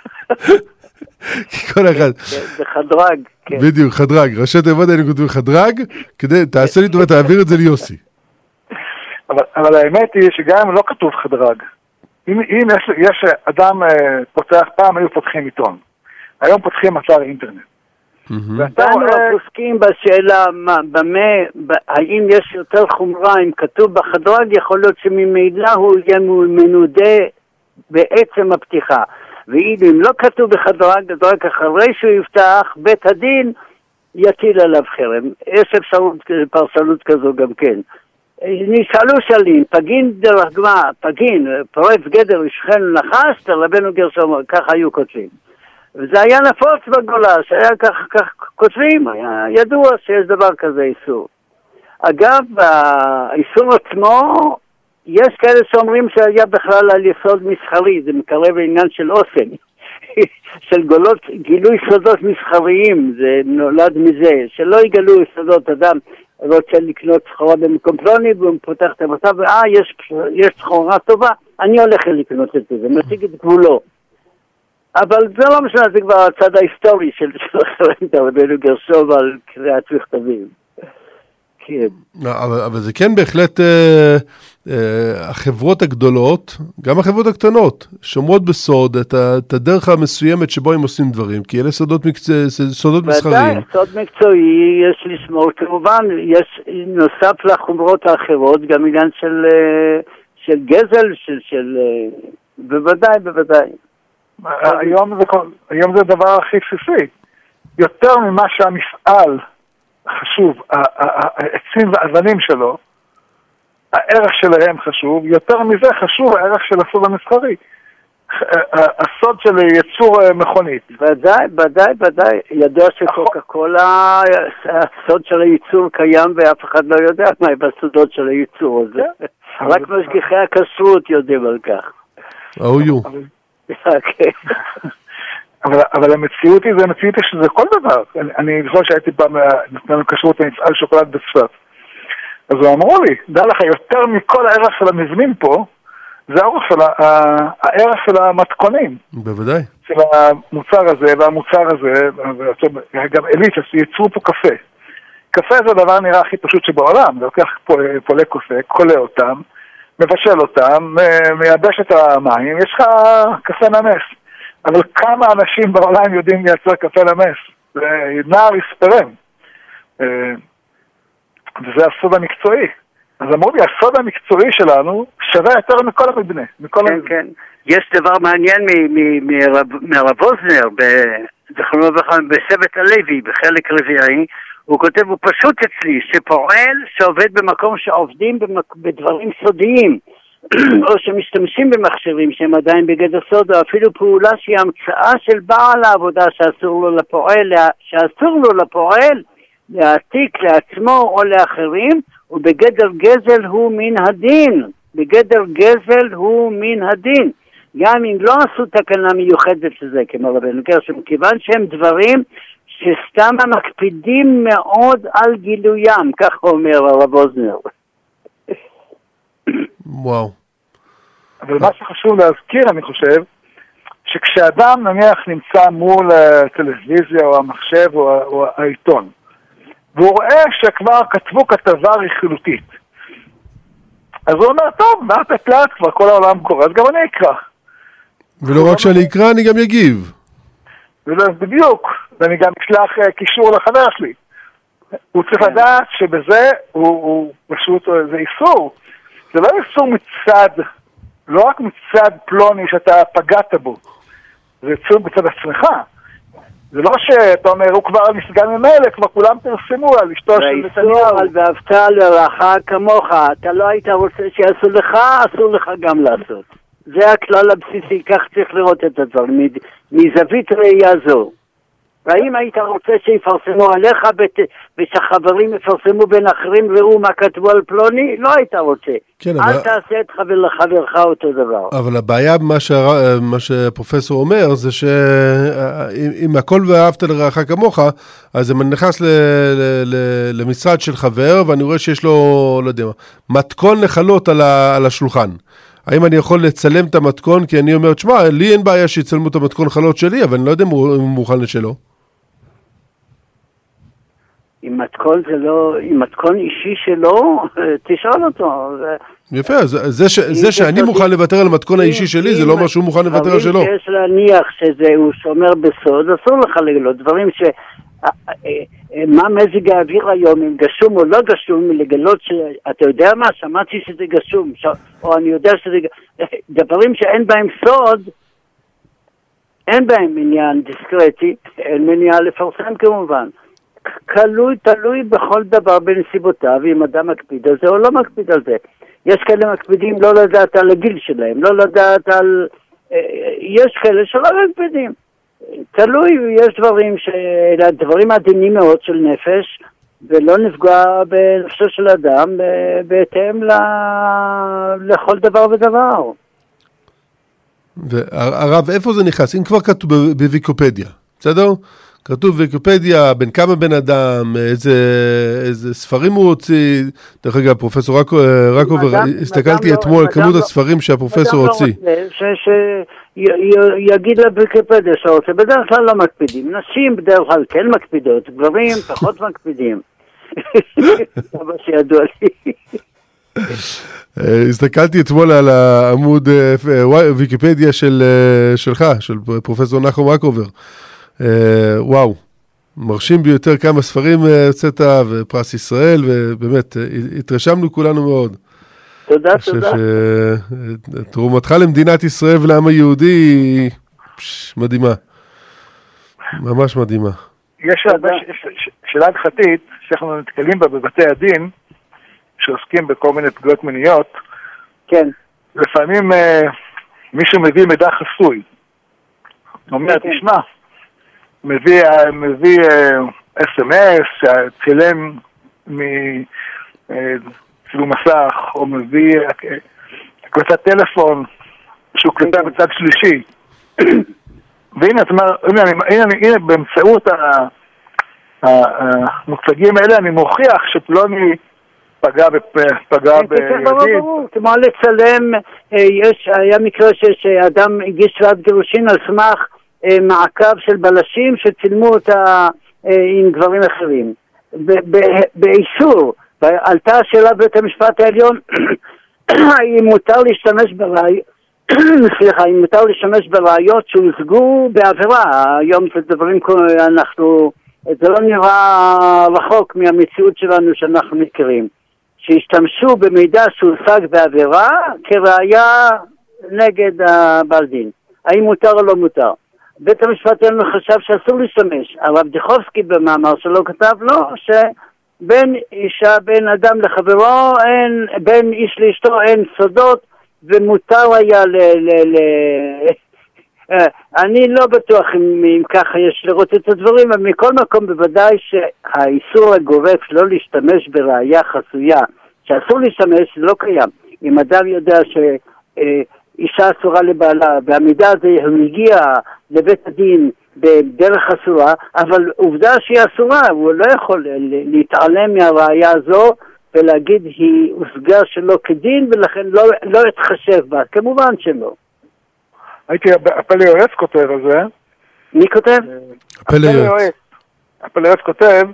כל אחד. זה חדרג. בדיוק, חדרג. ראשי תיבות היינו כותבים חדרג, כדי, תעשה לי טובה, תעביר את זה ליוסי. אבל האמת היא שגם לא כתוב חדרג. אם יש אדם פותח, פעם היו פותחים עיתון. היום פותחים אתר אינטרנט. ואנו פוסקים בשאלה, האם יש יותר חומרה, אם כתוב בחדרג, יכול להיות שממילא הוא יהיה מנודה בעצם הפתיחה. ואם לא כתוב בחדרג, רק אחרי שהוא יפתח, בית הדין יטיל עליו חרם. יש אפשרות פרשנות כזו גם כן. נשאלו שלים, פגין דרגמה, פגין, פורץ גדר ישכנו נחש, תרבנו גרשום, כך היו כותבים. וזה היה נפוץ בגולה, שהיה כך כותבים, היה ידוע שיש דבר כזה איסור. אגב, האיסור עצמו, יש כאלה שאומרים שהיה בכלל על יסוד מסחרי, זה מקרב לעניין של אוסם, של גילוי סודות מסחריים, זה נולד מזה, שלא יגלו סודות אדם, רוצה לקנות סחורה במקום פלוני, והוא פותח את המצב, יש סחורה טובה, אני הולך לקנות את זה, מציג את גבולו. אבל זה לא משנה, זה כבר הצד ההיסטורי של החרם תרבנו גרשום על קריאת מכתבים. כן. אבל זה כן בהחלט, החברות הגדולות, גם החברות הקטנות, שומרות בסוד את הדרך המסוימת שבו הם עושים דברים, כי אלה סודות מסחריים. סוד מקצועי, יש לשמור, כמובן, יש נוסף לחומרות האחרות, גם עניין של גזל, בוודאי. היום זה הדבר הכי בסיסי. יותר ממה שהמפעל חשוב, העצים והאבנים שלו, הערך שלהם חשוב, יותר מזה חשוב הערך של הסוד המסחרי. הסוד של ייצור מכונית. ודאי. ידוע שקוקה קולה, הסוד של הייצור קיים ואף אחד לא יודע מה בסודות של הייצור הזה. רק משגיחי הכשרות יודעים על כך. אבל המציאות היא, שזה כל דבר. אני חושב שהייתי פעם נתנו כשרות למפעל שוקולד בצפת. אז הוא אמרו לי, דע לך, יותר מכל הערך של המבנים פה, זה הערך של המתכונים. בוודאי. של המוצר הזה והמוצר הזה, גם אליט, יצרו פה קפה. קפה זה הדבר נראה הכי פשוט שבעולם. זה לוקח פולי קפה, קולה אותם, מבשל אותם, מייבש את המים, יש לך קפה נמס. אבל כמה אנשים בעולם יודעים לייצר קפה נמס? זה נער יספרם. וזה הסוד המקצועי. אז אמרו לי, הסוד המקצועי שלנו שווה יותר מכל המבנה. כן. יש דבר מעניין מהרב ווזנר, זכרונו לברכה, בשבט הלוי, בחלק רביעי, הוא כותב, הוא פשוט אצלי, שפועל שעובד במקום שעובדים בדברים סודיים, או שמשתמשים במחשבים שהם עדיין בגדר סוד, או אפילו פעולה שהיא המצאה של בעל העבודה שאסור לו לפועל להעתיק לעצמו או לאחרים, ובגדר גזל הוא מן הדין. גם אם לא עשו תקנה מיוחדת לזה, כמו רבנו גרשום, כיוון שהם דברים שסתם מקפידים מאוד על גילוים, כך אומר הרב ווזנר. וואו. אבל מה שחשוב להזכיר, אני חושב, שכשאדם נניח נמצא מול טלוויזיה או המחשב או העיתון, והוא רואה שכבר כתבו כתבה רכילותית, אז הוא אומר, טוב, מה פלט כבר כל העולם קורא, אז גם אני אקרא. ולא רק שאני אקרא, אני גם יגיב. בדיוק, ואני גם אשלח קישור לחבר שלי. הוא צריך לדעת שבזה הוא פשוט, זה איסור. זה לא איסור מצד, לא רק מצד פלוני שאתה פגעת בו, זה איסור מצד עצמך. זה לא שאתה אומר, הוא כבר נסגן ממילא, כבר כולם פרסמו על אשתו של נתניהו. זה איסור על ואהבת לרעך כמוך, אתה לא היית רוצה שיעשו לך, אסור לך גם לעשות. זה הכלל הבסיסי, כך צריך לראות את הדברים, מזווית ראייה זו. והאם היית רוצה שיפרסמו עליך ושחברים יפרסמו בין אחרים ראו מה כתבו על פלוני? לא היית רוצה. כן, אל תעשה את לחברך אותו דבר. אבל הבעיה מה שהפרופסור אומר זה שאם הכל ואהבת לרעך כמוך, אז אם אני נכנס למשרד של חבר ואני רואה שיש לו, לא יודע מה, מתכון לחלות על השולחן. האם אני יכול לצלם את המתכון? כי אני אומר, תשמע, לי אין בעיה שיצלמו את המתכון חלות שלי, אבל אני לא יודע אם הוא מוכן לשלו. אם מתכון אישי שלו, תשאל אותו. יפה, זה שאני מוכן לוותר על המתכון האישי שלי, זה לא מה שהוא מוכן לוותר על שלו. דברים שיש להניח שהוא שומר בסוד, אסור לך לגלות, דברים מה מזג האוויר היום, אם גשום או לא גשום, לגלות שאתה יודע מה, שמעתי שזה גשום, או אני יודע שזה דברים שאין בהם סוד, אין בהם עניין דיסקרטי, אין מניעה לפרסם כמובן. תלוי בכל דבר בנסיבותיו, אם אדם מקפיד על זה או לא מקפיד על זה. יש כאלה מקפידים לא לדעת על הגיל שלהם, לא לדעת על... יש כאלה שלא מקפידים. תלוי, יש דברים דברים עדינים מאוד של נפש, ולא נפגע בנפשו של אדם בהתאם לכל דבר ודבר. והרב, איפה זה נכנס? אם כבר כתוב בוויקיפדיה, בסדר? כתוב בוויקיפדיה, בין כמה בן אדם, איזה ספרים הוא הוציא. דרך אגב, פרופסור רקובר, הסתכלתי אתמול על כמות הספרים שהפרופסור הוציא. יגיד לוויקיפדיה שרוצה, בדרך כלל לא מקפידים. נשים בדרך כלל כן מקפידות, גברים פחות מקפידים. אבל שידוע לי. הסתכלתי אתמול על העמוד ויקיפדיה שלך, של פרופסור נחום מקובר. וואו, מרשים ביותר כמה ספרים הוצאת ופרס ישראל, ובאמת התרשמנו כולנו מאוד. תודה, תודה. תרומתך למדינת ישראל ולעם היהודי היא מדהימה. ממש מדהימה. יש שאלה הלכתית שאנחנו נתקלים בה בבתי הדין, שעוסקים בכל מיני פגיעות מיניות. כן. לפעמים מישהו מביא מידע חסוי. הוא אומר, תשמע, מביא SMS שצילם צילום מסך, או מביא הקלטת טלפון שהוא קלטה בצד שלישי. והנה, זאת אומרת, הנה באמצעות המוצגים האלה אני מוכיח שפלוני פגע ביהודים. כמו לצלם, היה מקרה שאדם הגיש תביעת גירושין על סמך מעקב של בלשים שצילמו אותה עם גברים אחרים. באיסור, עלתה השאלה בבית המשפט העליון, אם מותר להשתמש בראיות שהושגו בעבירה. היום זה דברים, זה לא נראה רחוק מהמציאות שלנו שאנחנו מכירים. שהשתמשו במידע שהושג בעבירה כראיה נגד הבעל דין. האם מותר או לא מותר? בית המשפט העליון חשב שאסור להשתמש. הרב דיכובסקי במאמר שלו כתב לו שבין אישה, בין אדם לחברו, בין איש לאשתו אין סודות, ומותר היה אני לא בטוח אם ככה יש לראות את הדברים, אבל מכל מקום בוודאי שהאיסור הגורף לא להשתמש בראיה חסויה, שאסור להשתמש, זה לא קיים. אם אדם יודע שאישה אסורה לבעלה, והמידע הזה הוא הגיע לבית הדין בדרך אסורה, אבל עובדה שהיא אסורה, הוא לא יכול להתעלם מהראיה הזו, ולהגיד היא הושגה שלא כדין, ולכן לא התחשב בה, כמובן שלא. הייתי, הפלא יועץ כותב על זה. מי כותב? הפלא יועץ. הפלא יועץ כותב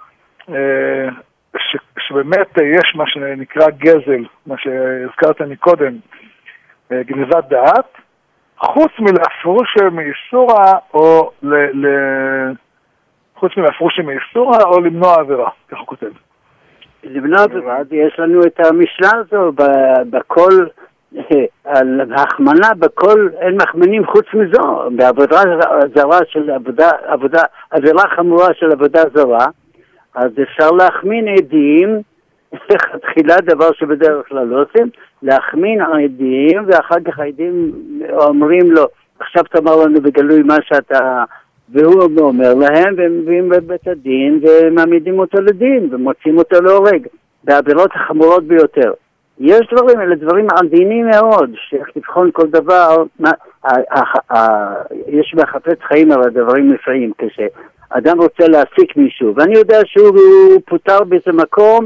שבאמת יש מה שנקרא גזל, מה שהזכרת מקודם, גניבת דעת, חוץ מלהפרוש מאיסורה או או למנוע עבירה, כך הוא כותב. למנוע עבירה, יש לנו את המשנה הזו בכל על ההחמנה בכל, אין מחמנים חוץ מזו, בעבודה זרה של עבירה חמורה של עבודה זרה, אז אפשר להחמין עדים, תחילה דבר שבדרך כלל לא עושים, להחמין עדים, ואחר כך העדים אומרים לו, עכשיו תאמר לנו בגלוי מה שאתה, והוא אומר להם, והם מביאים בבית הדין, ומעמידים אותו לדין, ומוצאים אותו להורג, בעבירות החמורות ביותר. יש דברים, אלה דברים עדינים מאוד, שאיך לבחון כל דבר, יש בחפץ חיים אבל דברים נפלאים, כשאדם רוצה להעסיק מישהו, ואני יודע שהוא פוטר באיזה מקום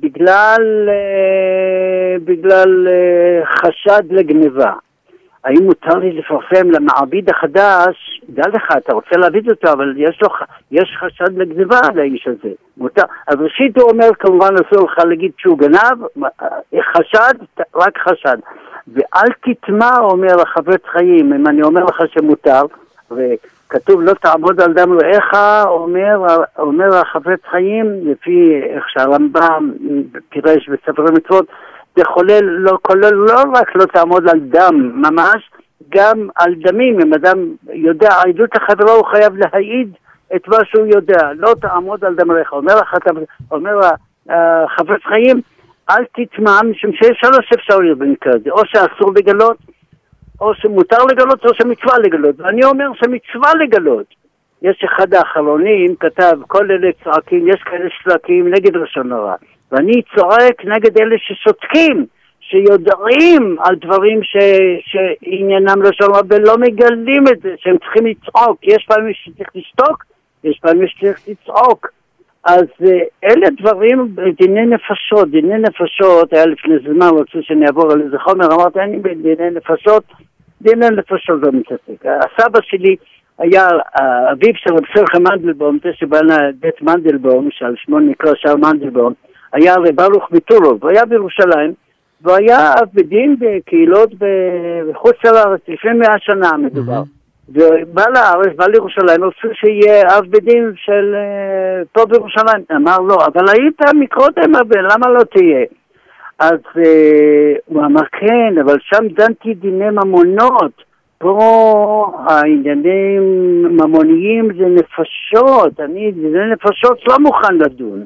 בגלל חשד לגניבה. האם מותר לי לפרסם למעביד החדש, דע לך, אתה רוצה להביד אותו, אבל יש חשד לגניבה על האיש הזה. מותר. אז ראשית הוא אומר, כמובן אסור לך להגיד שהוא גנב, חשד, רק חשד. ואל תטמע, אומר החפץ חיים, אם אני אומר לך שמותר, וכתוב לא תעמוד על דם רעך, אומר החפץ חיים, לפי איך שהרמב"ם פירש בספרי מצוות, זה כולל לא רק לא תעמוד על דם ממש, גם על דמים. אם אדם יודע עדות החברה הוא חייב להעיד את מה שהוא יודע, לא תעמוד על דם רעך. אומר החפץ חיים, אל תטמע, משום שיש שלוש אפשרויות במקרה הזה, או שאסור לגלות, או שמותר לגלות, או שמצווה לגלות. ואני אומר שמצווה לגלות. יש אחד האחרונים כתב, כל אלה צועקים, יש כאלה שצועקים נגד לשון הרע. ואני צועק נגד אלה ששותקים, שיודעים על דברים שעניינם לשון הרע, ולא מגלים את זה, שהם צריכים לצעוק. יש פעמים שצריך לשתוק, יש פעמים שצריך לצעוק. אז אלה דברים, דיני נפשות. דיני נפשות, היה לפני זמן, רצו שאני אעבור על איזה חומר, אמרתי, אני בדיני נפשות, דיני נפשות לא מתעסק. הסבא שלי היה אביו של רב שמחה מנדלבום, זה שבנה בית מנדלבום, שעל שמו נקרא שער מנדלבום, היה רב ברוך מטורוב, הוא היה בירושלים, והוא היה אב בדין בקהילות בחוץ לארץ, לפני 100 שנה מדובר. ובא לארץ, בא לירושלים, רצו שיהיה אב בדין של פה בירושלים. אמר לו, אבל היית מקודם, למה לא תהיה? אז הוא אמר, כן, אבל שם דנתי דיני ממונות. פה העניינים ממוניים זה נפשות, זה נפשות לא מוכן לדון.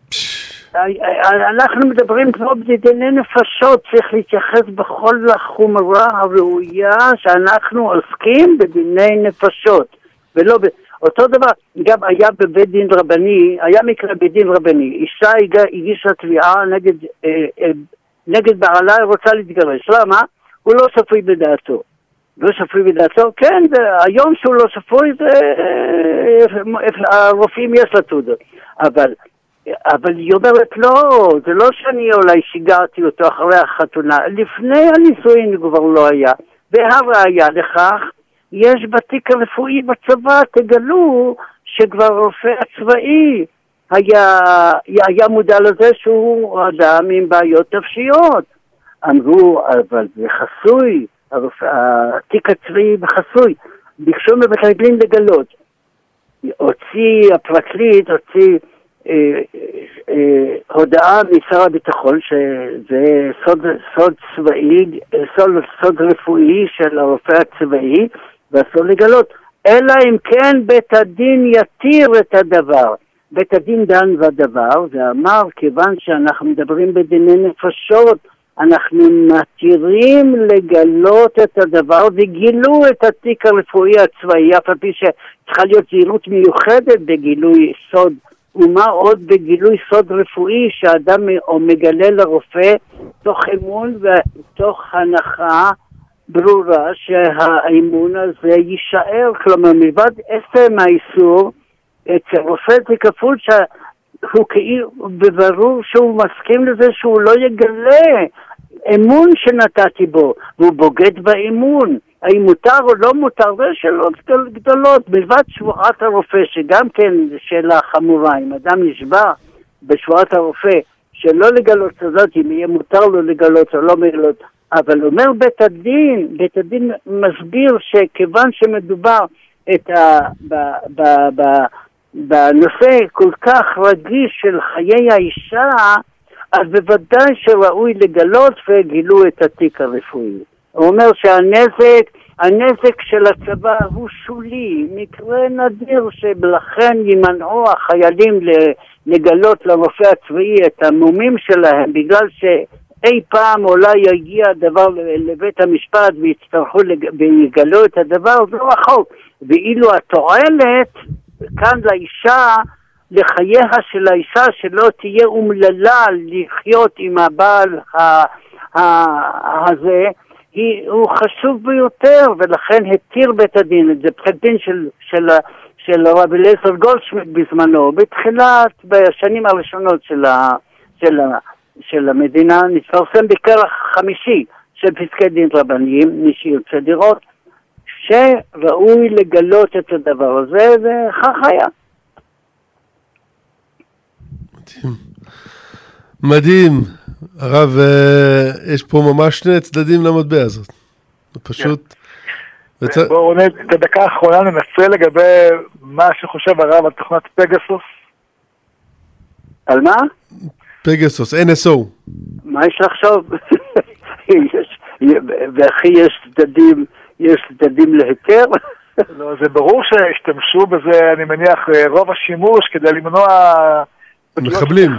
אנחנו מדברים כמו בדיני נפשות, צריך להתייחס בכל החומרה הראויה שאנחנו עוסקים בדיני נפשות, ולא אותו דבר. גם היה בבית דין רבני, היה מקרה בית דין רבני, אישה הגישה תביעה נגד בעלה, רוצה להתגרש. למה? הוא לא שפוי בדעתו. לא שפוי בדעתו? כן, היום שהוא לא שפוי, הרופאים יש לה תעודות. אבל היא אומרת, לא, זה לא שאני אולי שיגרתי אותו אחרי החתונה, לפני הנישואין כבר לא היה. והראיה לכך, יש בתיק הרפואי בצבא, תגלו שכבר רופא הצבאי היה מודע לזה שהוא אדם עם בעיות נפשיות. אמרו, אבל זה חסוי, התיק הצבאי בחסוי, ביקשו מבית הדין לגלות. הפרקליט הוציא הודעה משר הביטחון שזה סוד צבאי, סוד רפואי של הרופא הצבאי, ואסור לגלות, אלא אם כן בית הדין יתיר את הדבר. בית הדין דן בדבר ואמר, כיוון שאנחנו מדברים בדיני נפשות, אנחנו מתירים לגלות את הדבר, וגילו את התיק הרפואי הצבאי, אף על פי שצריכה להיות זהירות מיוחדת בגילוי סוד, ומה עוד בגילוי סוד רפואי שאדם מגלה לרופא תוך אמון ותוך הנחה ברורה שהאמון הזה יישאר. כלומר, מלבד עצם האיסור, אצל רופא זה כפול שהוא כאילו בברור שהוא מסכים לזה שהוא לא יגלה אמון שנתתי בו, והוא בוגד באמון. האם מותר או לא מותר, זה שאלות גדולות, מלבד שבועת הרופא, שגם כן שאלה חמורה, אם אדם נשבע בשבועת הרופא, שלא לגלות זאת, אם יהיה מותר לו לגלות או לא לגלות, אבל אומר בית הדין מסביר שכיוון שמדובר בנושא כל כך רגיש של חיי האישה, אז בוודאי שראוי לגלות וגילו את התיק הרפואי. הוא אומר שהנזק של הצבא הוא שולי, מקרה נדיר שלכן ימנעו החיילים לגלות לרופא הצבאי את המומים שלהם, בגלל שאי פעם אולי יגיע הדבר לבית המשפט ויצטרכו לגלות את הדבר, זה לא רחוק. ואילו התועלת כאן לאישה, לחייה של האישה, שלא תהיה אומללה לחיות עם הבעל הזה, הוא חשוב ביותר, ולכן התיר בית הדין את זה. פסק דין של הרב אליעזר גולדשמידט בזמנו, בשנים הראשונות של המדינה, נתפרסם בכרך 5 של פסקי דין רבניים, מי שירצה לראות, שראוי לגלות את הדבר הזה, וכך היה. מדהים. הרב, יש פה ממש שני צדדים למטבע הזאת. פשוט... בואו רונן, את הדקה האחרונה ננסה לגבי מה שחושב הרב על תוכנת פגסוס. על מה? פגסוס, NSO. מה יש לחשוב? ואחי יש צדדים להיתר? לא, זה ברור שהשתמשו בזה, אני מניח, רוב השימוש כדי למנוע... מחבלים.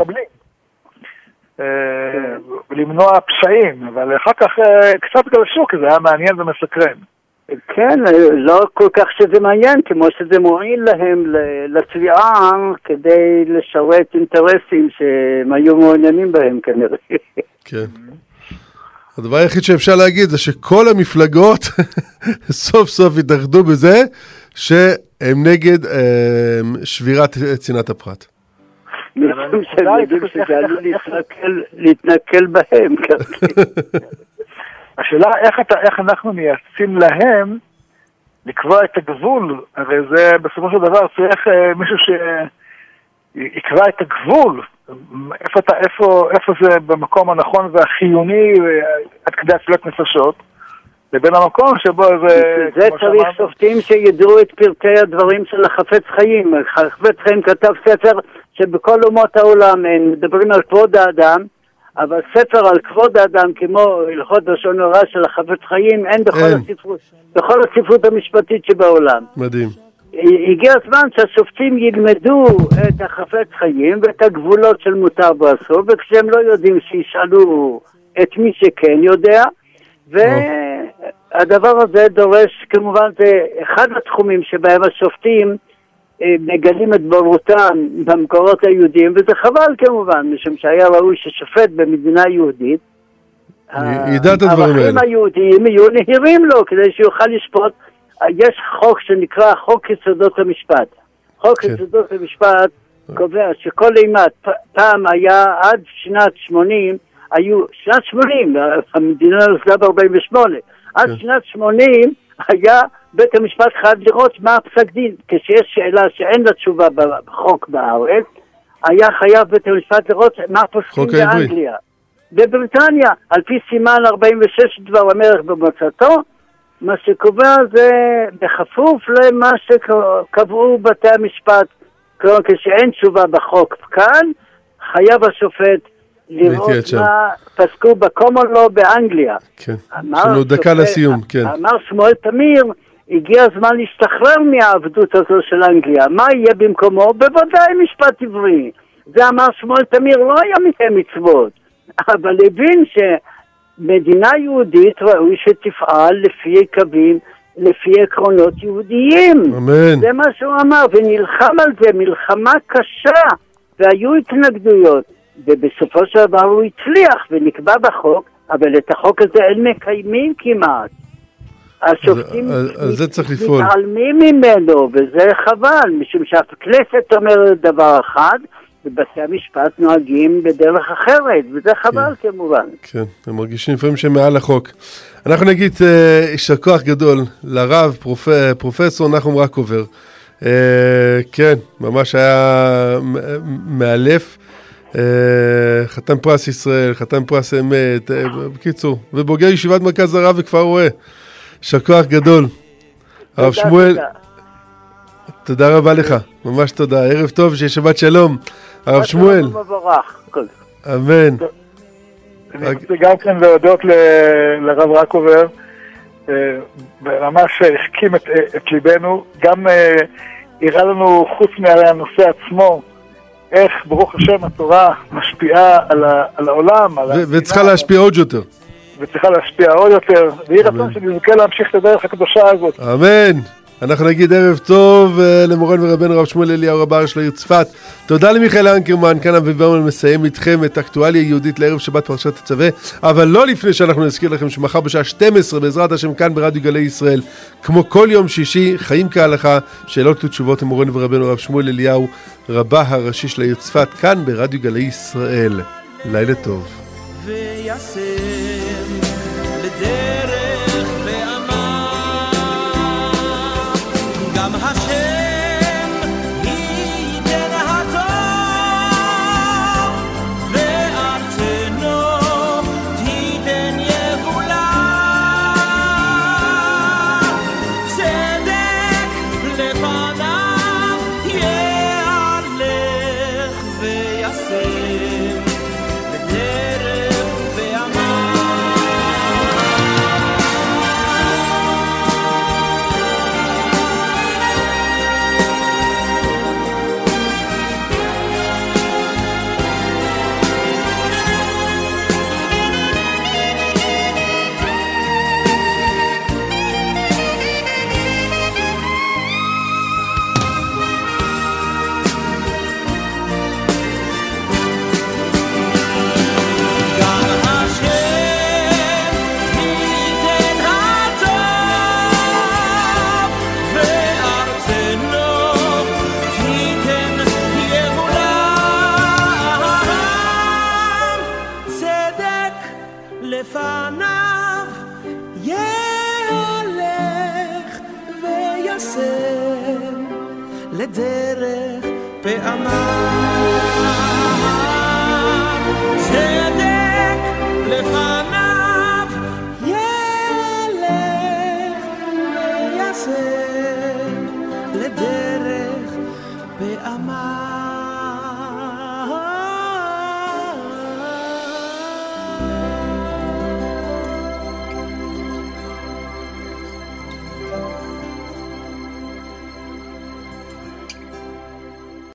ולמנוע פשעים, אבל אחר כך קצת גלשו, כי זה היה מעניין ומסקרן. כן, לא כל כך שזה מעניין, כמו שזה מועיל להם לתביעה כדי לשרת אינטרסים שהם היו מעוניינים בהם כנראה. כן. הדבר היחיד שאפשר להגיד זה שכל המפלגות סוף סוף התאחדו בזה שהם נגד שבירת צנעת הפרט. משום שהם יודעים שזה עלול להתנקל בהם. השאלה איך אנחנו מייחסים להם לקבוע את הגבול, הרי זה בסופו של דבר צריך מישהו שיקבע את הגבול, איפה זה במקום הנכון והחיוני עד כדי הצלת נפשות, לבין המקום שבו זה צריך שופטים שידעו את פרטי הדברים של החפץ חיים. החפץ חיים כתב ספר שבכל אומות העולם הם מדברים על כבוד האדם, אבל ספר על כבוד האדם כמו הלכות לשון הרע של החפץ חיים אין בכל הספרות המשפטית שבעולם. מדהים. הגיע הזמן שהשופטים ילמדו את החפץ חיים ואת הגבולות של מותר ואסור, וכשהם לא יודעים שישאלו את מי שכן יודע, והדבר הזה דורש, כמובן זה אחד התחומים שבהם השופטים מגלים את בורותם במקורות היהודיים, וזה חבל כמובן, משום שהיה ראוי ששופט במדינה יהודית, ידע את הדברים האלה. הערכים היהודיים יהיו נהירים לו כדי שיוכל לשפוט. יש חוק שנקרא חוק יסודות המשפט. חוק יסודות המשפט קובע שכל אימת, פעם היה עד שנת 80, שנת 80, המדינה נוסדה ב-48, עד שנת 80 היה בית המשפט חייב לראות מה הפסק דין. כשיש שאלה שאין לה תשובה בחוק בארץ, היה חייב בית המשפט לראות מה פוסקים באנגליה. בבריטניה, על פי סימן 46 דבר המלך במוצאתו, מה שקובע זה בכפוף למה שקבעו בתי המשפט. כלומר, כשאין תשובה בחוק כאן, חייב השופט לראות מה פסקו בקומון לו באנגליה. כן, יש לנו דקה לסיום, כן. אמר שמואל תמיר, הגיע הזמן להשתחרר מהעבדות הזו של אנגליה. מה יהיה במקומו? בוודאי משפט עברי. זה אמר שמואל תמיר, לא היה מקיים מצוות. אבל הבין שמדינה יהודית ראוי שתפעל לפי קווים, לפי עקרונות יהודיים. אמן. זה מה שהוא אמר, ונלחם על זה, מלחמה קשה, והיו התנגדויות, ובסופו של דבר הוא הצליח ונקבע בחוק, אבל את החוק הזה אין מקיימים כמעט. השופטים מתעלמים ממנו, וזה חבל, משום שהכנסת אומרת דבר אחד, ובתי המשפט נוהגים בדרך אחרת, וזה חבל כמובן. כן, הם מרגישים לפעמים שהם מעל החוק. אנחנו נגיד יישר כוח גדול לרב, פרופסור נחום רקובר. כן, ממש היה מאלף. חתן פרס ישראל, חתן פרס אמת, בקיצור, ובוגר ישיבת מרכז הרב וכפר רואה. יישר כוח גדול. הרב שמואל, תודה רבה לך, ממש תודה. ערב טוב, שיהיה שבת שלום. הרב שמואל. אמן. אני רוצה גם כן להודות לרב רקובר, ממש החכים את ליבנו, גם הראה לנו חוץ מהנושא עצמו, איך ברוך השם התורה משפיעה על העולם. וצריכה להשפיע עוד יותר. ויהי רצון שנזכה להמשיך את הדרך הקדושה הזאת. אמן. אנחנו נגיד ערב טוב למורן ורבנו הרב שמואל אליהו רב הראשי לעיר צפת. תודה למיכאל אנקרמן, כאן אביב ברמן מסיים איתכם את אקטואליה יהודית לערב שבת פרשת תצווה, אבל לא לפני שאנחנו נזכיר לכם שמחר בשעה 12 בעזרת השם כאן ברדיו גלי ישראל, כמו כל יום שישי, חיים כהלכה, שאלות ותשובות עם מורן ורבנו הרב שמואל אליהו רבה הראשי של העיר צפת, כאן ברדיו גלי ישראל. לילה טוב. בדרך ואמר פעמיו, צדק לפניו, ילך ויעשה לדרך פעמיו.